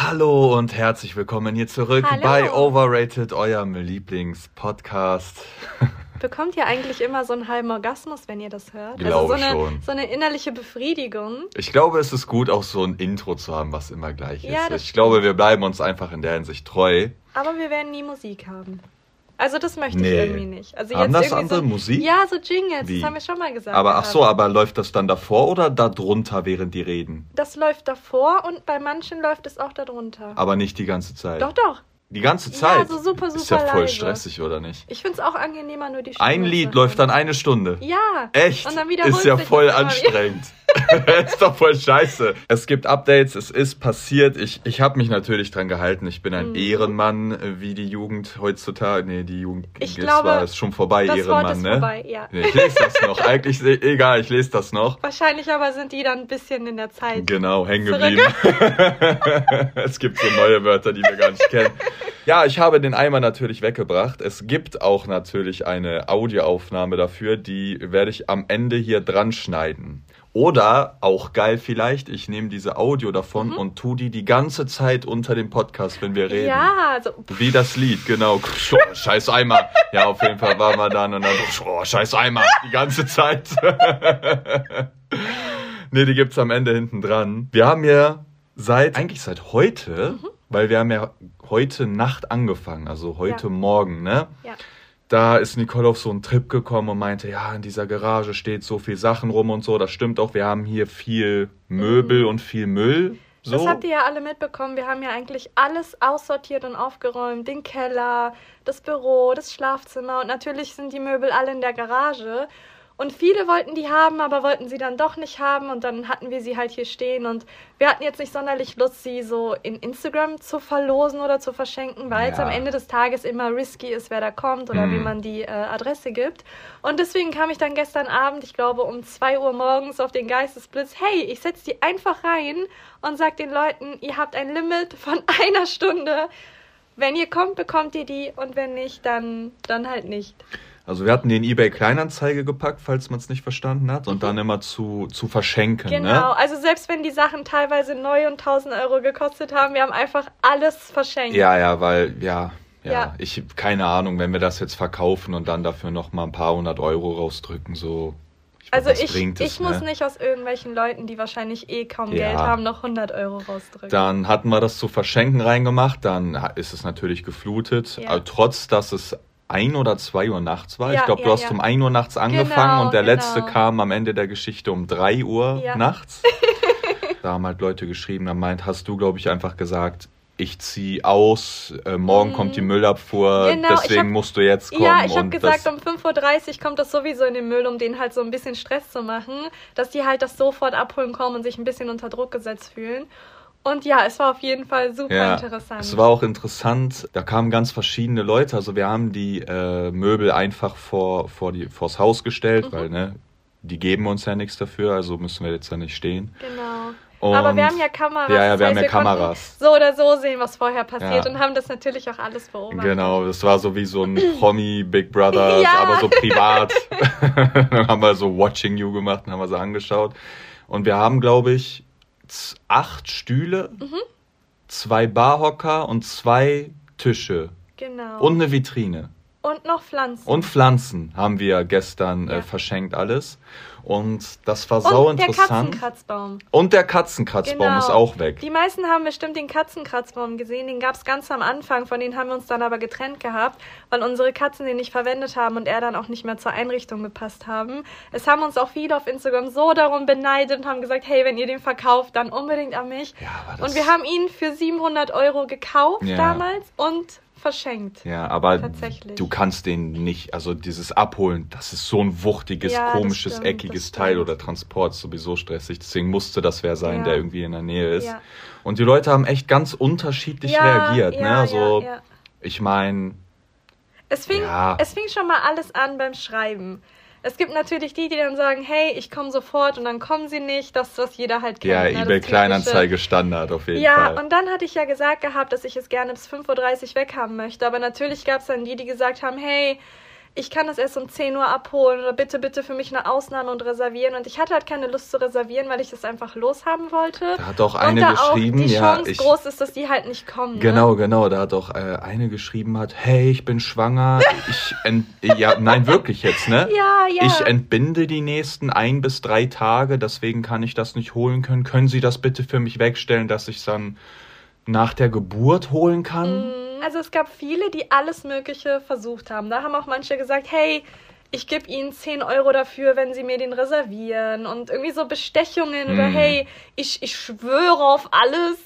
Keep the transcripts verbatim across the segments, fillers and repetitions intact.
Hallo und herzlich willkommen hier zurück Hallo. bei Overrated, eurem Lieblingspodcast. Bekommt ihr eigentlich immer so einen halben Orgasmus, wenn ihr das hört? Glaube also so eine, schon. so eine innerliche Befriedigung. Ich glaube, es ist gut, auch so ein Intro zu haben, was immer gleich Ja, ist. das Ich glaube, wir bleiben uns einfach in der Hinsicht treu. Aber wir werden nie Musik haben. Also das möchte Nee. ich irgendwie nicht. Also Haben jetzt das irgendwie andere so, Musik? Ja, so Jingles, Wie? das haben wir schon mal gesagt. Aber ach gehabt. so, aber läuft das dann davor oder darunter, während die reden? Das läuft davor und bei manchen läuft es auch darunter. Aber nicht die ganze Zeit. Doch, doch. Die ganze Zeit? Ja, so super, super Ist ja voll leise. stressig, oder nicht? Ich finde es auch angenehmer, nur die Stimme Ein zu Lied hören. läuft dann eine Stunde. Ja. Echt? Und dann wiederholt Ist ja sich voll das immer wieder. anstrengend. Ist doch voll scheiße. Es gibt Updates, es ist passiert. Ich, ich habe mich natürlich dran gehalten. Ich bin ein Mhm. Ehrenmann, äh, wie die Jugend heutzutage. Nee, die Jugend Ich ist, glaube, war, ist schon vorbei, Das Ehrenmann, Wort ist ne? vorbei, ja. Nee, ich lese das noch. Eigentlich, se- egal, ich lese das noch. Wahrscheinlich aber sind die dann ein bisschen in der Zeit. Genau, hängen Zurück. geblieben. Es gibt so neue Wörter, die wir gar nicht kennen. Ja, ich habe den Eimer natürlich weggebracht. Es gibt auch natürlich eine Audioaufnahme dafür, die werde ich am Ende hier dran schneiden. Oder, auch geil vielleicht, ich nehme diese Audio davon Mhm. und tu die die ganze Zeit unter dem Podcast, wenn wir reden. Ja, so Wie das Lied, genau. Oh, scheiß Eimer. Ja, auf jeden Fall waren wir dann und dann, oh, scheiß Eimer, die ganze Zeit. Nee, die gibt's am Ende hinten dran. Wir haben ja seit, eigentlich seit heute, Mhm. weil wir haben ja heute Nacht angefangen, also heute Ja. Morgen, ne? Ja. Da ist Nicole auf so einen Trip gekommen und meinte, ja, in dieser Garage steht so viel Sachen rum und so. Das stimmt auch, wir haben hier viel Möbel Mhm. und viel Müll. So. Das habt ihr ja alle mitbekommen. Wir haben ja eigentlich alles aussortiert und aufgeräumt. Den Keller, das Büro, das Schlafzimmer und natürlich sind die Möbel alle in der Garage. Und viele wollten die haben, aber wollten sie dann doch nicht haben und dann hatten wir sie halt hier stehen und wir hatten jetzt nicht sonderlich Lust, sie so in Instagram zu verlosen oder zu verschenken, weil es Ja. am Ende des Tages immer risky ist, wer da kommt oder Mhm. wie man die äh, Adresse gibt. Und deswegen kam ich dann gestern Abend, ich glaube um zwei Uhr morgens auf den Geistesblitz, hey, ich setze die einfach rein und sag den Leuten, ihr habt ein Limit von einer Stunde. Wenn ihr kommt, bekommt ihr die und wenn nicht, dann, dann halt nicht. Also wir hatten den eBay Kleinanzeige gepackt, falls man es nicht verstanden hat, und dann immer zu, zu verschenken, Genau, ne? also selbst wenn die Sachen teilweise neu und tausend Euro gekostet haben, wir haben einfach alles verschenkt. Ja, ja, weil, ja, ja, Ja. ich, keine Ahnung, wenn wir das jetzt verkaufen und dann dafür noch mal ein paar hundert Euro rausdrücken, so, ich Also was ich, bringt es, ich muss ne? nicht aus irgendwelchen Leuten, die wahrscheinlich eh kaum Ja. Geld haben, noch hundert Euro rausdrücken. Dann hatten wir das zu verschenken reingemacht, dann ha- ist es natürlich geflutet, Ja. aber trotz, dass es ein oder zwei Uhr nachts war. Ja, ich glaube, ja, du hast ja. um ein Uhr nachts angefangen Genau, und der genau. letzte kam am Ende der Geschichte um drei Uhr Ja. nachts. Da haben halt Leute geschrieben, da meint, hast du, glaube ich, einfach gesagt, ich zieh aus, äh, morgen Mhm. kommt die Müllabfuhr, Genau, ich deswegen hab- musst du jetzt kommen. Ja, ich habe und gesagt, das, um fünf Uhr dreißig kommt das sowieso in den Müll, um denen halt so ein bisschen Stress zu machen, dass die halt das sofort abholen kommen und sich ein bisschen unter Druck gesetzt fühlen. Und ja, es war auf jeden Fall super ja, interessant. es war auch interessant, da kamen ganz verschiedene Leute, also wir haben die äh, Möbel einfach vor, vor die, vors Haus gestellt, Mhm. weil, ne, die geben uns ja nichts dafür, also müssen wir jetzt da nicht stehen. Genau. Und Aber wir haben ja Kameras. Ja, ja, das wir haben heißt, ja Kameras. konnten so oder so sehen, was vorher passiert Ja. und haben das natürlich auch alles beobachtet. Genau, das war so wie so ein Promi-Big Brother, Ja. aber so privat. Dann haben wir so Watching You gemacht und haben wir so angeschaut. Und wir haben, glaube ich, z- acht Stühle, Mhm. zwei Barhocker und zwei Tische Genau. und eine Vitrine. Und noch Pflanzen. Und Pflanzen haben wir gestern Ja. äh, verschenkt alles. Und das war sau Und der interessant. Katzenkratzbaum. Und der Katzenkratzbaum Genau. ist auch weg. Die meisten haben bestimmt den Katzenkratzbaum gesehen. Den gab es ganz am Anfang. Von denen haben wir uns dann aber getrennt gehabt, weil unsere Katzen den nicht verwendet haben und er dann auch nicht mehr zur Einrichtung gepasst haben. Es haben uns auch viele auf Instagram so darum beneidet und haben gesagt, hey, wenn ihr den verkauft, dann unbedingt an mich. Ja, aber das- Und wir haben ihn für siebenhundert Euro gekauft Ja. damals und verschenkt. Ja, aber Tatsächlich. du kannst den nicht, also dieses Abholen, das ist so ein wuchtiges, Ja, das komisches, stimmt, eckiges das Teil stimmt. oder Transport ist sowieso stressig. Deswegen musste das wer sein, Ja. der irgendwie in der Nähe ist. Ja. Und die Leute haben echt ganz unterschiedlich Ja, reagiert. ja, ne? Also, ja, ja. ich meine, Es fing, Ja. es fing schon mal alles an beim Schreiben. Es gibt natürlich die, die dann sagen, hey, ich komme sofort und dann kommen sie nicht. Das, was jeder halt kennt. ja, ne, das eBay typische. Kleinanzeige Standard auf jeden Ja, Fall. und dann hatte ich ja gesagt gehabt, dass ich es gerne bis fünf Uhr dreißig weghaben möchte. Aber natürlich gab es dann die, die gesagt haben, hey, ich kann das erst um zehn Uhr abholen oder bitte, bitte für mich eine Ausnahme und reservieren. Und ich hatte halt keine Lust zu reservieren, weil ich das einfach loshaben wollte. Da hat auch eine und da geschrieben, auch die ja, Chance ich, groß ist, dass die halt nicht kommen. Genau, ne? genau, da hat auch äh, eine geschrieben hat, hey, ich bin schwanger, ich, ent, ja, nein, wirklich jetzt, ne? Ja, ja. Ich entbinde die nächsten ein bis drei Tage, deswegen kann ich das nicht holen können. Können Sie das bitte für mich wegstellen, dass ich es dann nach der Geburt holen kann? Also es gab viele, die alles Mögliche versucht haben. Da haben auch manche gesagt, hey, ich gebe Ihnen zehn Euro dafür, wenn Sie mir den reservieren. Und irgendwie so Bestechungen oder Mm. hey, ich, ich schwöre auf alles.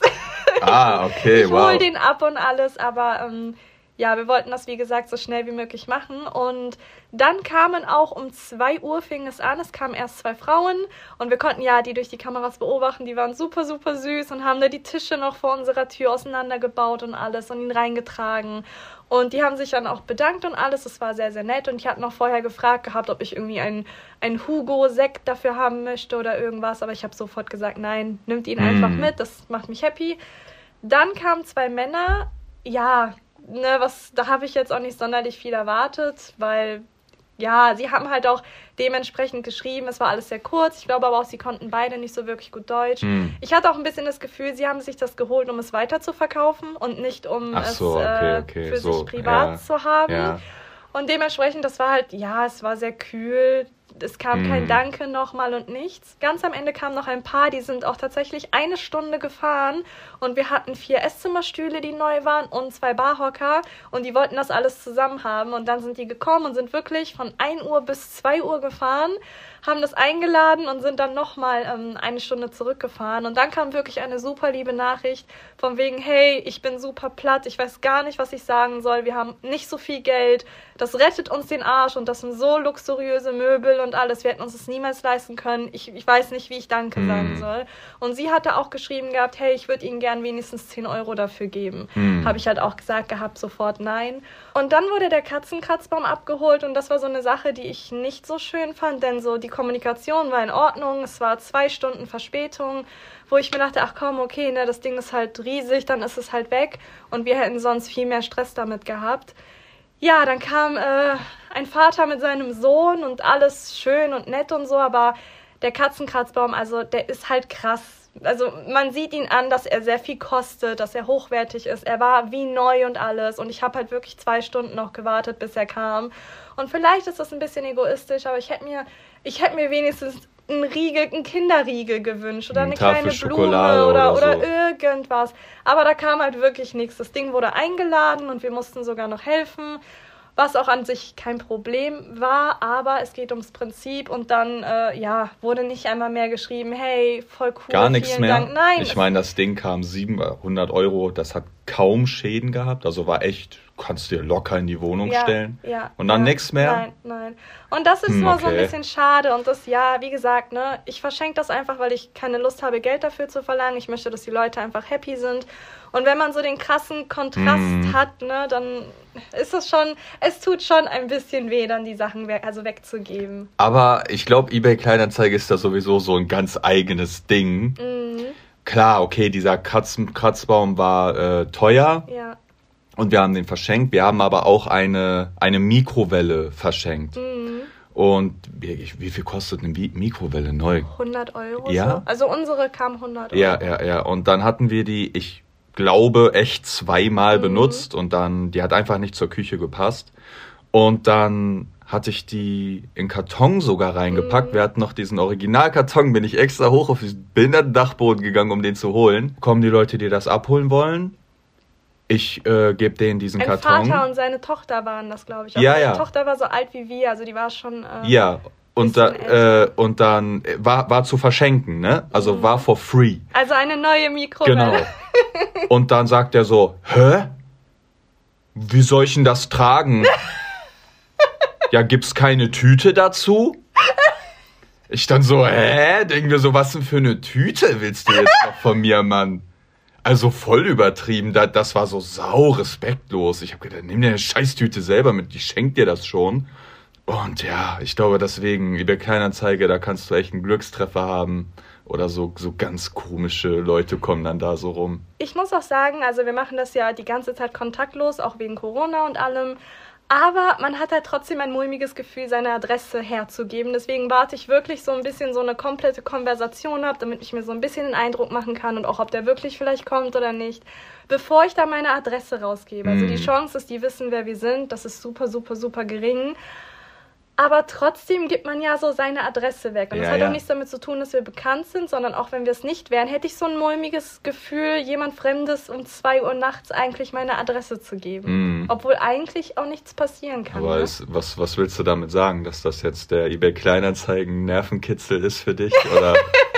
Ah, okay, ich hol wow. den ab und alles. Aber ähm, ja, wir wollten das, wie gesagt, so schnell wie möglich machen. Und dann kamen auch um zwei Uhr fing es an. Es kamen erst zwei Frauen. Und wir konnten ja die durch die Kameras beobachten. Die waren super, super süß und haben da die Tische noch vor unserer Tür auseinandergebaut und alles und ihn reingetragen. Und die haben sich dann auch bedankt und alles. Es war sehr, sehr nett. Und ich hatte noch vorher gefragt gehabt, ob ich irgendwie einen, einen Hugo-Sekt dafür haben möchte oder irgendwas. Aber ich habe sofort gesagt, nein, nimmt ihn einfach Mm. mit. Das macht mich happy. Dann kamen zwei Männer. Ja, ne, was, da habe ich jetzt auch nicht sonderlich viel erwartet, weil, ja, sie haben halt auch dementsprechend geschrieben. Es war alles sehr kurz. Ich glaube aber auch, sie konnten beide nicht so wirklich gut Deutsch. Mm. Ich hatte auch ein bisschen das Gefühl, sie haben sich das geholt, um es weiter zu verkaufen und nicht um Ach so, es okay, äh, okay, für so, sich privat ja, zu haben. ja. Und dementsprechend, das war halt, ja, es war sehr kühl. Es kam kein Mm. Danke nochmal und nichts. Ganz am Ende kamen noch ein paar, die sind auch tatsächlich eine Stunde gefahren und wir hatten vier Esszimmerstühle, die neu waren und zwei Barhocker und die wollten das alles zusammen haben und dann sind die gekommen und sind wirklich von ein Uhr bis zwei Uhr gefahren, haben das eingeladen und sind dann nochmal ähm, eine Stunde zurückgefahren und dann kam wirklich eine super liebe Nachricht von wegen, hey, ich bin super platt, ich weiß gar nicht, was ich sagen soll, wir haben nicht so viel Geld, das rettet uns den Arsch und das sind so luxuriöse Möbel und alles, wir hätten uns das niemals leisten können, ich, ich weiß nicht, wie ich Danke Mm. sagen soll. Und sie hatte auch geschrieben gehabt, hey, ich würde Ihnen gern wenigstens zehn Euro dafür geben. Mm. Habe ich halt auch gesagt gehabt, sofort nein. Und dann wurde der Katzenkratzbaum abgeholt und das war so eine Sache, die ich nicht so schön fand, denn so die Kommunikation war in Ordnung, es war zwei Stunden Verspätung, wo ich mir dachte, ach komm, okay, ne, das Ding ist halt riesig, dann ist es halt weg und wir hätten sonst viel mehr Stress damit gehabt. Ja, dann kam äh, ein Vater mit seinem Sohn und alles schön und nett und so, aber der Katzenkratzbaum, also der ist halt krass. Also man sieht ihn an, dass er sehr viel kostet, dass er hochwertig ist. Er war wie neu und alles und ich habe halt wirklich zwei Stunden noch gewartet, bis er kam. Und vielleicht ist das ein bisschen egoistisch, aber ich hätte mir, ich hätte mir wenigstens einen Riegel, einen Kinderriegel gewünscht oder Eine eine Tafel kleine Schokolade Blume oder, oder oder so. irgendwas. Aber da kam halt wirklich nichts. Das Ding wurde eingeladen und wir mussten sogar noch helfen, was auch an sich kein Problem war, aber es geht ums Prinzip und dann, äh, ja, wurde nicht einmal mehr geschrieben, hey, voll cool, Gar nichts vielen mehr. Dank. Nein, Ich es- meine, das Ding kam siebenhundert Euro, das hat kaum Schäden gehabt, also war echt, kannst dir locker in die Wohnung ja, stellen. Ja, Und dann ja, nichts mehr? Nein, nein. Und das ist Hm, nur so ein okay. bisschen schade und das, ja, wie gesagt, ne, ich verschenke das einfach, weil ich keine Lust habe, Geld dafür zu verlangen. Ich möchte, dass die Leute einfach happy sind. Und wenn man so den krassen Kontrast Hm. hat, ne, dann ist es schon, es tut schon ein bisschen weh, dann die Sachen we- also wegzugeben. Aber ich glaube, eBay Kleinanzeige ist da sowieso so ein ganz eigenes Ding. Mhm, Klar, okay, dieser Katzen Kratzbaum war äh, teuer ja. und wir haben den verschenkt. Wir haben aber auch eine, eine Mikrowelle verschenkt. Mhm. Und wie, wie viel kostet eine Mi- Mikrowelle neu? hundert Euro Ja? so. Also unsere kam hundert Euro. Ja, ja, ja. Und dann hatten wir die, ich glaube, echt zweimal Mhm. benutzt und dann, die hat einfach nicht zur Küche gepasst. Und dann hatte ich die in Karton sogar reingepackt. Mhm. Wir hatten noch diesen Originalkarton, bin ich extra hoch auf den Behindertendachboden gegangen, um den zu holen. Kommen die Leute, die das abholen wollen? Ich äh, gebe denen diesen Ein Karton. Vater und seine Tochter waren das, glaube ich. Ja, Meine ja. Tochter war so alt wie wir, also die war schon... Äh, Ja, und, da, bisschen äh, älter. und dann äh, war, war zu verschenken, ne? Also Mhm. war for free. Also eine neue Mikrowelle. Genau. Und dann sagt er so, hä? Wie soll ich denn das tragen? Ja, gibt's keine Tüte dazu? Ich dann so, hä? Denken wir so, was denn für eine Tüte willst du jetzt noch von mir, Mann? Also voll übertrieben, das, das war so sau respektlos. Ich hab gedacht, nimm dir eine Scheißtüte selber mit, ich schenk dir das schon. Und ja, ich glaube deswegen, eBay Kleinanzeige, da kannst du echt einen Glückstreffer haben. Oder so, so ganz komische Leute kommen dann da so rum. Ich muss auch sagen, also wir machen das ja die ganze Zeit kontaktlos, auch wegen Corona und allem. Aber man hat halt trotzdem ein mulmiges Gefühl, seine Adresse herzugeben. Deswegen warte ich wirklich so ein bisschen so eine komplette Konversation ab, damit ich mir so ein bisschen den Eindruck machen kann und auch, ob der wirklich vielleicht kommt oder nicht, bevor ich da meine Adresse rausgebe. Also Mm. die Chance ist, die wissen, wer wir sind. Das ist super, super, super gering. Aber trotzdem gibt man ja so seine Adresse weg. Und das Ja, hat ja. auch nichts damit zu tun, dass wir bekannt sind, sondern auch wenn wir es nicht wären, hätte ich so ein mulmiges Gefühl, jemand Fremdes um zwei Uhr nachts eigentlich meine Adresse zu geben. Mm. Obwohl eigentlich auch nichts passieren kann. Aber Ne? ist, was, was willst du damit sagen? Dass das jetzt der eBay Kleinanzeigen Nervenkitzel ist für dich? Oder?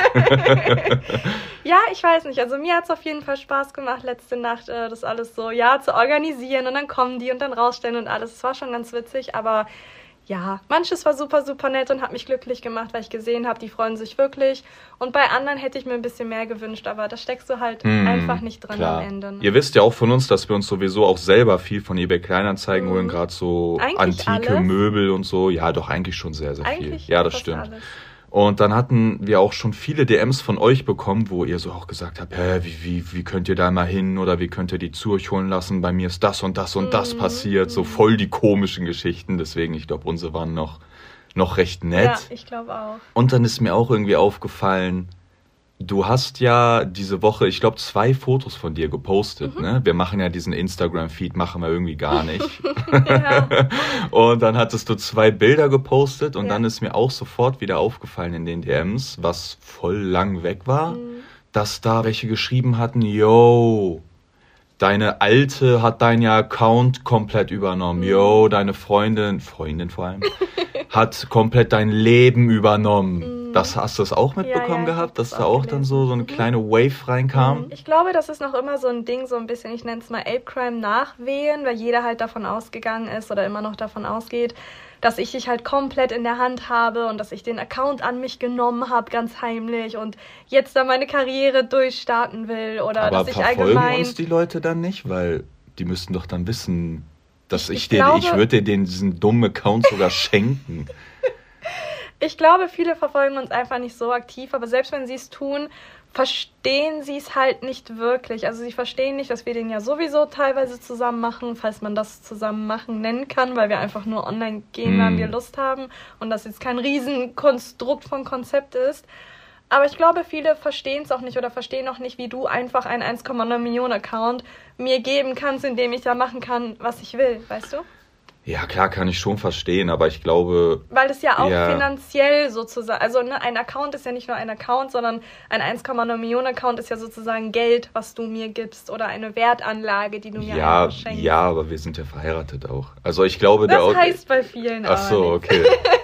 Ja, ich weiß nicht. Also mir hat es auf jeden Fall Spaß gemacht, letzte Nacht äh, das alles so ja zu organisieren und dann kommen die und dann rausstellen und alles. Es war schon ganz witzig, aber ja, manches war super, super nett und hat mich glücklich gemacht, weil ich gesehen habe, die freuen sich wirklich. Und bei anderen hätte ich mir ein bisschen mehr gewünscht, aber da steckst du halt Hm, einfach nicht dran klar. am Ende. Ne? Ihr wisst ja auch von uns, dass wir uns sowieso auch selber viel von eBay Kleinanzeigen Mhm. holen, gerade so Eigentlich antike alles. Möbel und so. Ja, doch, eigentlich schon sehr, sehr Eigentlich viel. Ja, das fast stimmt. alles. Und dann hatten wir auch schon viele D Ms von euch bekommen, wo ihr so auch gesagt habt, hä, wie, wie, wie könnt ihr da mal hin oder wie könnt ihr die zu euch holen lassen? Bei mir ist das und das und das Mhm. passiert. So voll die komischen Geschichten. Deswegen, ich glaube, unsere waren noch, noch recht nett. Ja, ich glaube auch. Und dann ist mir auch irgendwie aufgefallen, du hast ja diese Woche, ich glaube, zwei Fotos von dir gepostet. Mhm. Ne? Wir machen ja diesen Instagram-Feed, machen wir irgendwie gar nicht. Ja. Und dann hattest du zwei Bilder gepostet und Ja. dann ist mir auch sofort wieder aufgefallen in den D Ms, was voll lang weg war, Mhm. dass da welche geschrieben hatten, yo, deine Alte hat deinen Account komplett übernommen. Mhm. Yo, deine Freundin, Freundin vor allem, hat komplett dein Leben übernommen. Mhm. Das hast du das auch mitbekommen Ja, ja, ich hab gehabt, dass das da auch auch dann so, so eine gelesen. Mhm. kleine Wave reinkam? Ich glaube, das ist noch immer so ein Ding, so ein bisschen, ich nenne es mal Ape Crime nachwehen, weil jeder halt davon ausgegangen ist oder immer noch davon ausgeht, dass ich dich halt komplett in der Hand habe und dass ich den Account an mich genommen habe, ganz heimlich und jetzt da meine Karriere durchstarten will oder Aber dass ich verfolgen allgemein... uns die Leute dann nicht? Weil die müssten doch dann wissen, dass Ich- ich, ich dir, glaube- ich würde dir den, diesen dummen Account sogar schenken. Ich glaube, viele verfolgen uns einfach nicht so aktiv, aber selbst wenn sie es tun, verstehen sie es halt nicht wirklich. Also sie verstehen nicht, dass wir den ja sowieso teilweise zusammen machen, falls man das zusammen machen nennen kann, weil wir einfach nur online gehen, Mm. wenn wir Lust haben und das jetzt kein Riesenkonstrukt von Konzept ist. Aber ich glaube, viele verstehen es auch nicht oder verstehen auch nicht, wie du einfach einen eins Komma neun Millionen Account mir geben kannst, indem ich da machen kann, was ich will, weißt du? Ja, klar, kann ich schon verstehen, aber ich glaube, Weil das ja auch Ja. finanziell sozusagen, also ne, ein Account ist ja nicht nur ein Account, sondern ein eins Komma neun Millionen Account ist ja sozusagen Geld, was du mir gibst oder eine Wertanlage, die du mir ja, einfach schenkst. ja, aber wir sind ja verheiratet auch. Also ich glaube, der Das Au- heißt bei vielen Ach so, aber okay.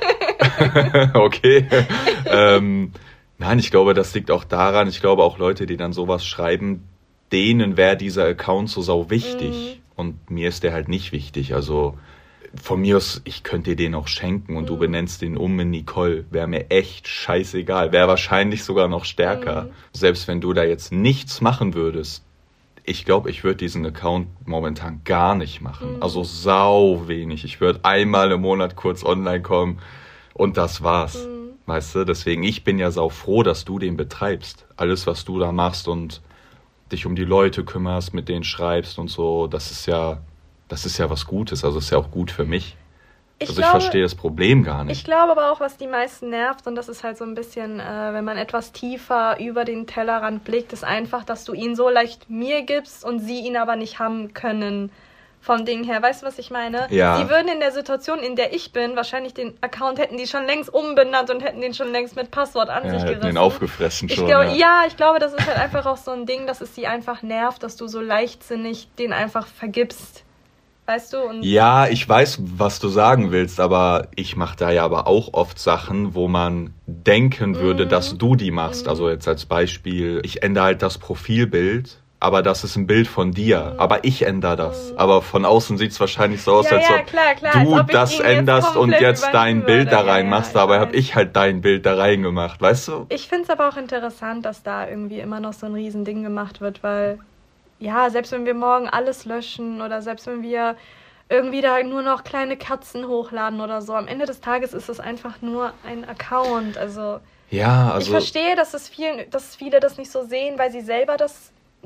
okay. ähm, nein, ich glaube, das liegt auch daran, ich glaube auch Leute, die dann sowas schreiben, denen wäre dieser Account so sau wichtig. Und mir ist der halt nicht wichtig. Also von mir aus, ich könnte dir den auch schenken und du Mhm. benennst den um in Nicole. Wäre mir echt scheißegal. Wäre wahrscheinlich sogar noch stärker. Mhm. Selbst wenn du da jetzt nichts machen würdest, ich glaube, ich würde diesen Account momentan gar nicht machen. Mhm. Also sau wenig. Ich würde einmal im Monat kurz online kommen und das war's. Mhm. Weißt du, deswegen, ich bin ja sau froh, dass du den betreibst. Alles, was du da machst und dich um die Leute kümmerst, mit denen schreibst und so, das ist ja, das ist ja was Gutes. Also ist ja auch gut für mich. Ich also glaube, ich verstehe das Problem gar Ich nicht. glaube aber auch, was die meisten nervt, und das ist halt so ein bisschen, äh, wenn man etwas tiefer über den Tellerrand blickt, ist einfach, dass du ihn so leicht mir gibst und sie ihn aber nicht haben können vom Ding her. Weißt du, was ich meine? Ja. Sie würden in der Situation, in der ich bin, wahrscheinlich den Account hätten die schon längst umbenannt und hätten den schon längst mit Passwort an Ja, sich hätten gerissen. den aufgefressen Ich schon. glaube, ja. ja, ich glaube, das ist halt einfach auch so ein Ding, dass es sie einfach nervt, dass du so leichtsinnig den einfach vergibst. Weißt du? Und Ja, ich weiß, was du sagen willst, aber ich mache da ja aber auch oft Sachen, wo man denken würde, Mhm. dass du die machst. Mhm. Also jetzt als Beispiel, ich ändere halt das Profilbild, aber das ist ein Bild von dir. Aber ich ändere das. Mhm. Aber von außen sieht es wahrscheinlich so aus, ja, als ja, ob klar, klar, als du ob ich das ihn jetzt änderst und komplett jetzt dein übernehmen Bild da würde. Ja, reinmachst. ja, Dabei ich habe weiß. ich halt dein Bild da reingemacht, weißt du? Ich finde es aber auch interessant, dass da irgendwie immer noch so ein Riesending gemacht wird, weil, ja, selbst wenn wir morgen alles löschen oder selbst wenn wir irgendwie da nur noch kleine Katzen hochladen oder so, am Ende des Tages ist es einfach nur ein Account. Also, Ja, ich also verstehe, dass es vielen, dass viele das nicht so sehen, weil sie selber das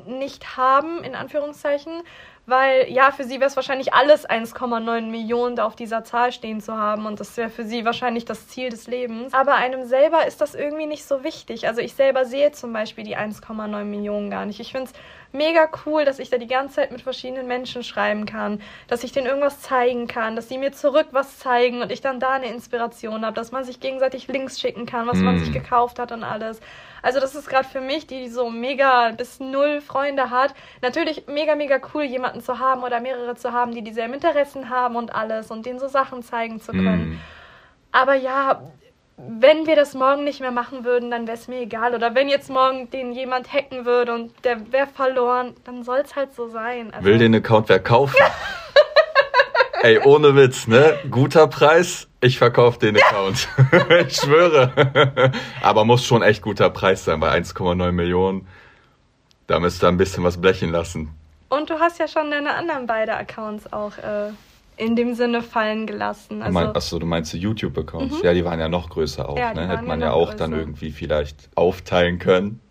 nicht haben, in Anführungszeichen. Weil, ja, für sie wäre es wahrscheinlich alles eins Komma neun Millionen, da auf dieser Zahl stehen zu haben. Und das wäre für sie wahrscheinlich das Ziel des Lebens. Aber einem selber ist das irgendwie nicht so wichtig. Also ich selber sehe zum Beispiel die eins Komma neun Millionen gar nicht. Ich finde es mega cool, dass ich da die ganze Zeit mit verschiedenen Menschen schreiben kann. Dass ich denen irgendwas zeigen kann. Dass sie mir zurück was zeigen und ich dann da eine Inspiration habe. Dass man sich gegenseitig Links schicken kann, was mm. man sich gekauft hat und alles. Also das ist gerade für mich, die so mega bis null Freunde hat, natürlich mega, mega cool, jemanden zu haben oder mehrere zu haben, die dieselben Interessen haben und alles und denen so Sachen zeigen zu können. Mm. Aber ja, wenn wir das morgen nicht mehr machen würden, dann wäre es mir egal. Oder wenn jetzt morgen den jemand hacken würde und der wäre verloren, dann soll es halt so sein. Also, will den Account wer kaufen? Ey, ohne Witz, ne? Guter Preis, ich verkaufe den Account. Ich schwöre. Aber muss schon echt guter Preis sein, bei eins Komma neun Millionen. Da müsst ihr ein bisschen was blechen lassen. Und du hast ja schon deine anderen beiden Accounts auch äh, in dem Sinne fallen gelassen. Also, Achso, du meinst die YouTube-Accounts? Mhm. Ja, die waren ja noch größer auch, ja, ne? Hätte man ja, ja auch größer. Dann irgendwie vielleicht aufteilen können.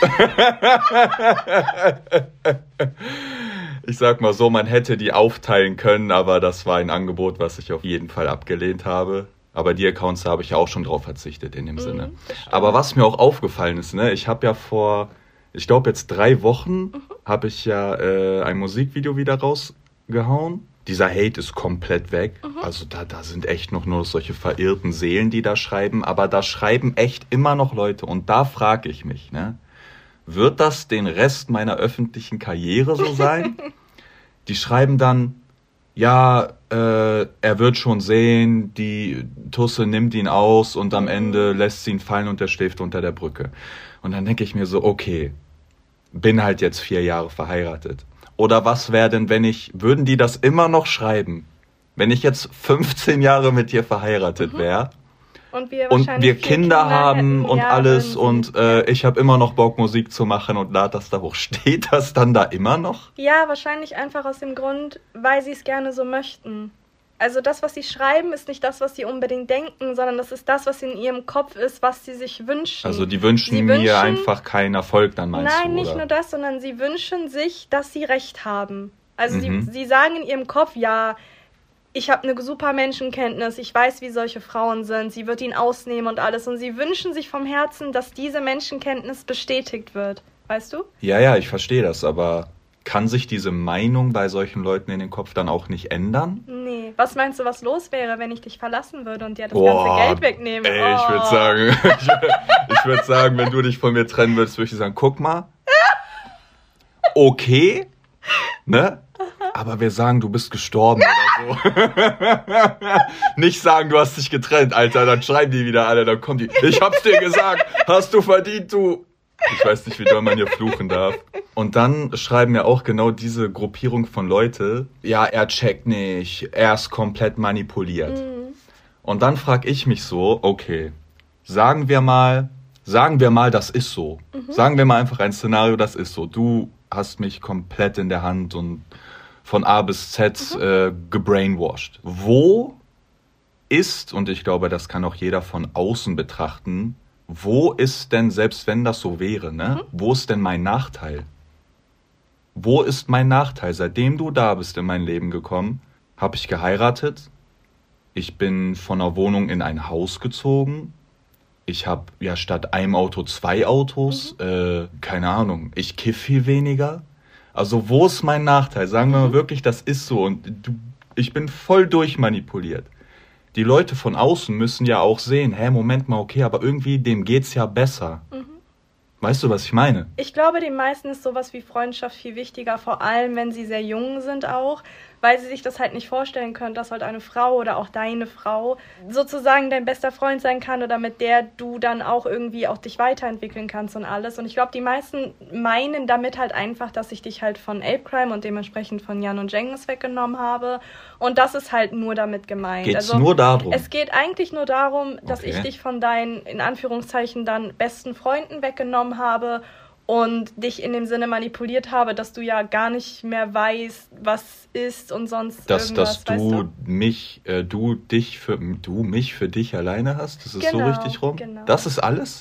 Ich sag mal so, man hätte die aufteilen können, aber das war ein Angebot, was ich auf jeden Fall abgelehnt habe. Aber die Accounts, da habe ich ja auch schon drauf verzichtet in dem mhm, Sinne. Aber was mir auch aufgefallen ist, ne, ich habe ja vor, ich glaube jetzt drei Wochen, mhm. habe ich ja äh, ein Musikvideo wieder rausgehauen. Dieser Hate ist komplett weg. Mhm. Also da, da sind echt noch nur solche verirrten Seelen, die da schreiben. Aber da schreiben echt immer noch Leute. Und da frage ich mich, ne? Wird das den Rest meiner öffentlichen Karriere so sein? Die schreiben dann, ja, äh, er wird schon sehen, die Tusse nimmt ihn aus und am Ende lässt sie ihn fallen und er schläft unter der Brücke. Und dann denke ich mir so, okay, bin halt jetzt vier Jahre verheiratet. Oder was wäre denn, wenn ich, würden die das immer noch schreiben? Wenn ich jetzt fünfzehn Jahre mit dir verheiratet wäre, Und wir, und wir Kinder, Kinder haben hätten, und ja, alles und äh, ich habe immer noch Bock, Musik zu machen und lade das da hoch. Steht das dann da immer noch? Ja, wahrscheinlich einfach aus dem Grund, weil sie es gerne so möchten. Also das, was sie schreiben, ist nicht das, was sie unbedingt denken, sondern das ist das, was in ihrem Kopf ist, was sie sich wünschen. Also die wünschen sie mir wünschen, einfach keinen Erfolg, dann meinst nein, du, nicht oder? nur das, sondern sie wünschen sich, dass sie Recht haben. Also Mhm. sie, sie sagen in ihrem Kopf, ja, ich habe eine super Menschenkenntnis, ich weiß, wie solche Frauen sind, sie wird ihn ausnehmen und alles. Und sie wünschen sich vom Herzen, dass diese Menschenkenntnis bestätigt wird. Weißt du? Ja, ja, ich verstehe das, aber kann sich diese Meinung bei solchen Leuten in den Kopf dann auch nicht ändern? Nee. Was meinst du, was los wäre, wenn ich dich verlassen würde und dir das Boah, ganze Geld wegnehme? Ey, ich würde Oh. sagen, ich, ich würde sagen, wenn du dich von mir trennen würdest, würde ich sagen, guck mal, okay, ne? Aber wir sagen, du bist gestorben oder so. Nicht sagen, du hast dich getrennt, Alter, dann schreiben die wieder alle, dann kommen die, ich hab's dir gesagt, hast du verdient, du. Ich weiß nicht, wie doll man hier fluchen darf. Und dann schreiben ja auch genau diese Gruppierung von Leute, ja, er checkt nicht, er ist komplett manipuliert. Mhm. Und dann frage ich mich so, okay, sagen wir mal, sagen wir mal, das ist so. Mhm. Sagen wir mal einfach ein Szenario, das ist so. Du hast mich komplett in der Hand und von A bis Z mhm. äh, gebrainwashed. Wo ist, und ich glaube, das kann auch jeder von außen betrachten, wo ist denn, selbst wenn das so wäre, ne, mhm. wo ist denn mein Nachteil? Wo ist mein Nachteil? Seitdem du da bist in mein Leben gekommen, habe ich geheiratet, ich bin von einer Wohnung in ein Haus gezogen, ich habe ja statt einem Auto zwei Autos, mhm. äh, keine Ahnung, ich kiff viel weniger. Also wo ist mein Nachteil? Sagen wir mal wirklich, das ist so und du, ich bin voll durchmanipuliert. Die Leute von außen müssen ja auch sehen, hä, Moment mal, okay, aber irgendwie dem geht's ja besser. Mhm. Weißt du, was ich meine? Ich glaube, den meisten ist sowas wie Freundschaft viel wichtiger, vor allem wenn sie sehr jung sind auch, weil sie sich das halt nicht vorstellen können, dass halt eine Frau oder auch deine Frau sozusagen dein bester Freund sein kann oder mit der du dann auch irgendwie auch dich weiterentwickeln kannst und alles. Und ich glaube, die meisten meinen damit halt einfach, dass ich dich halt von Ape Crime und dementsprechend von Jan und Cengiz weggenommen habe. Und das ist halt nur damit gemeint. Geht's also, nur darum? Es geht eigentlich nur darum, dass Okay. ich dich von deinen, in Anführungszeichen, dann besten Freunden weggenommen habe und dich in dem Sinne manipuliert habe, dass du ja gar nicht mehr weißt, was ist und sonst dass, irgendwas, dass du, weißt du? mich, äh, du dich für du mich für dich alleine hast? Das ist Genau, so richtig rum? genau. Das ist alles? Mhm.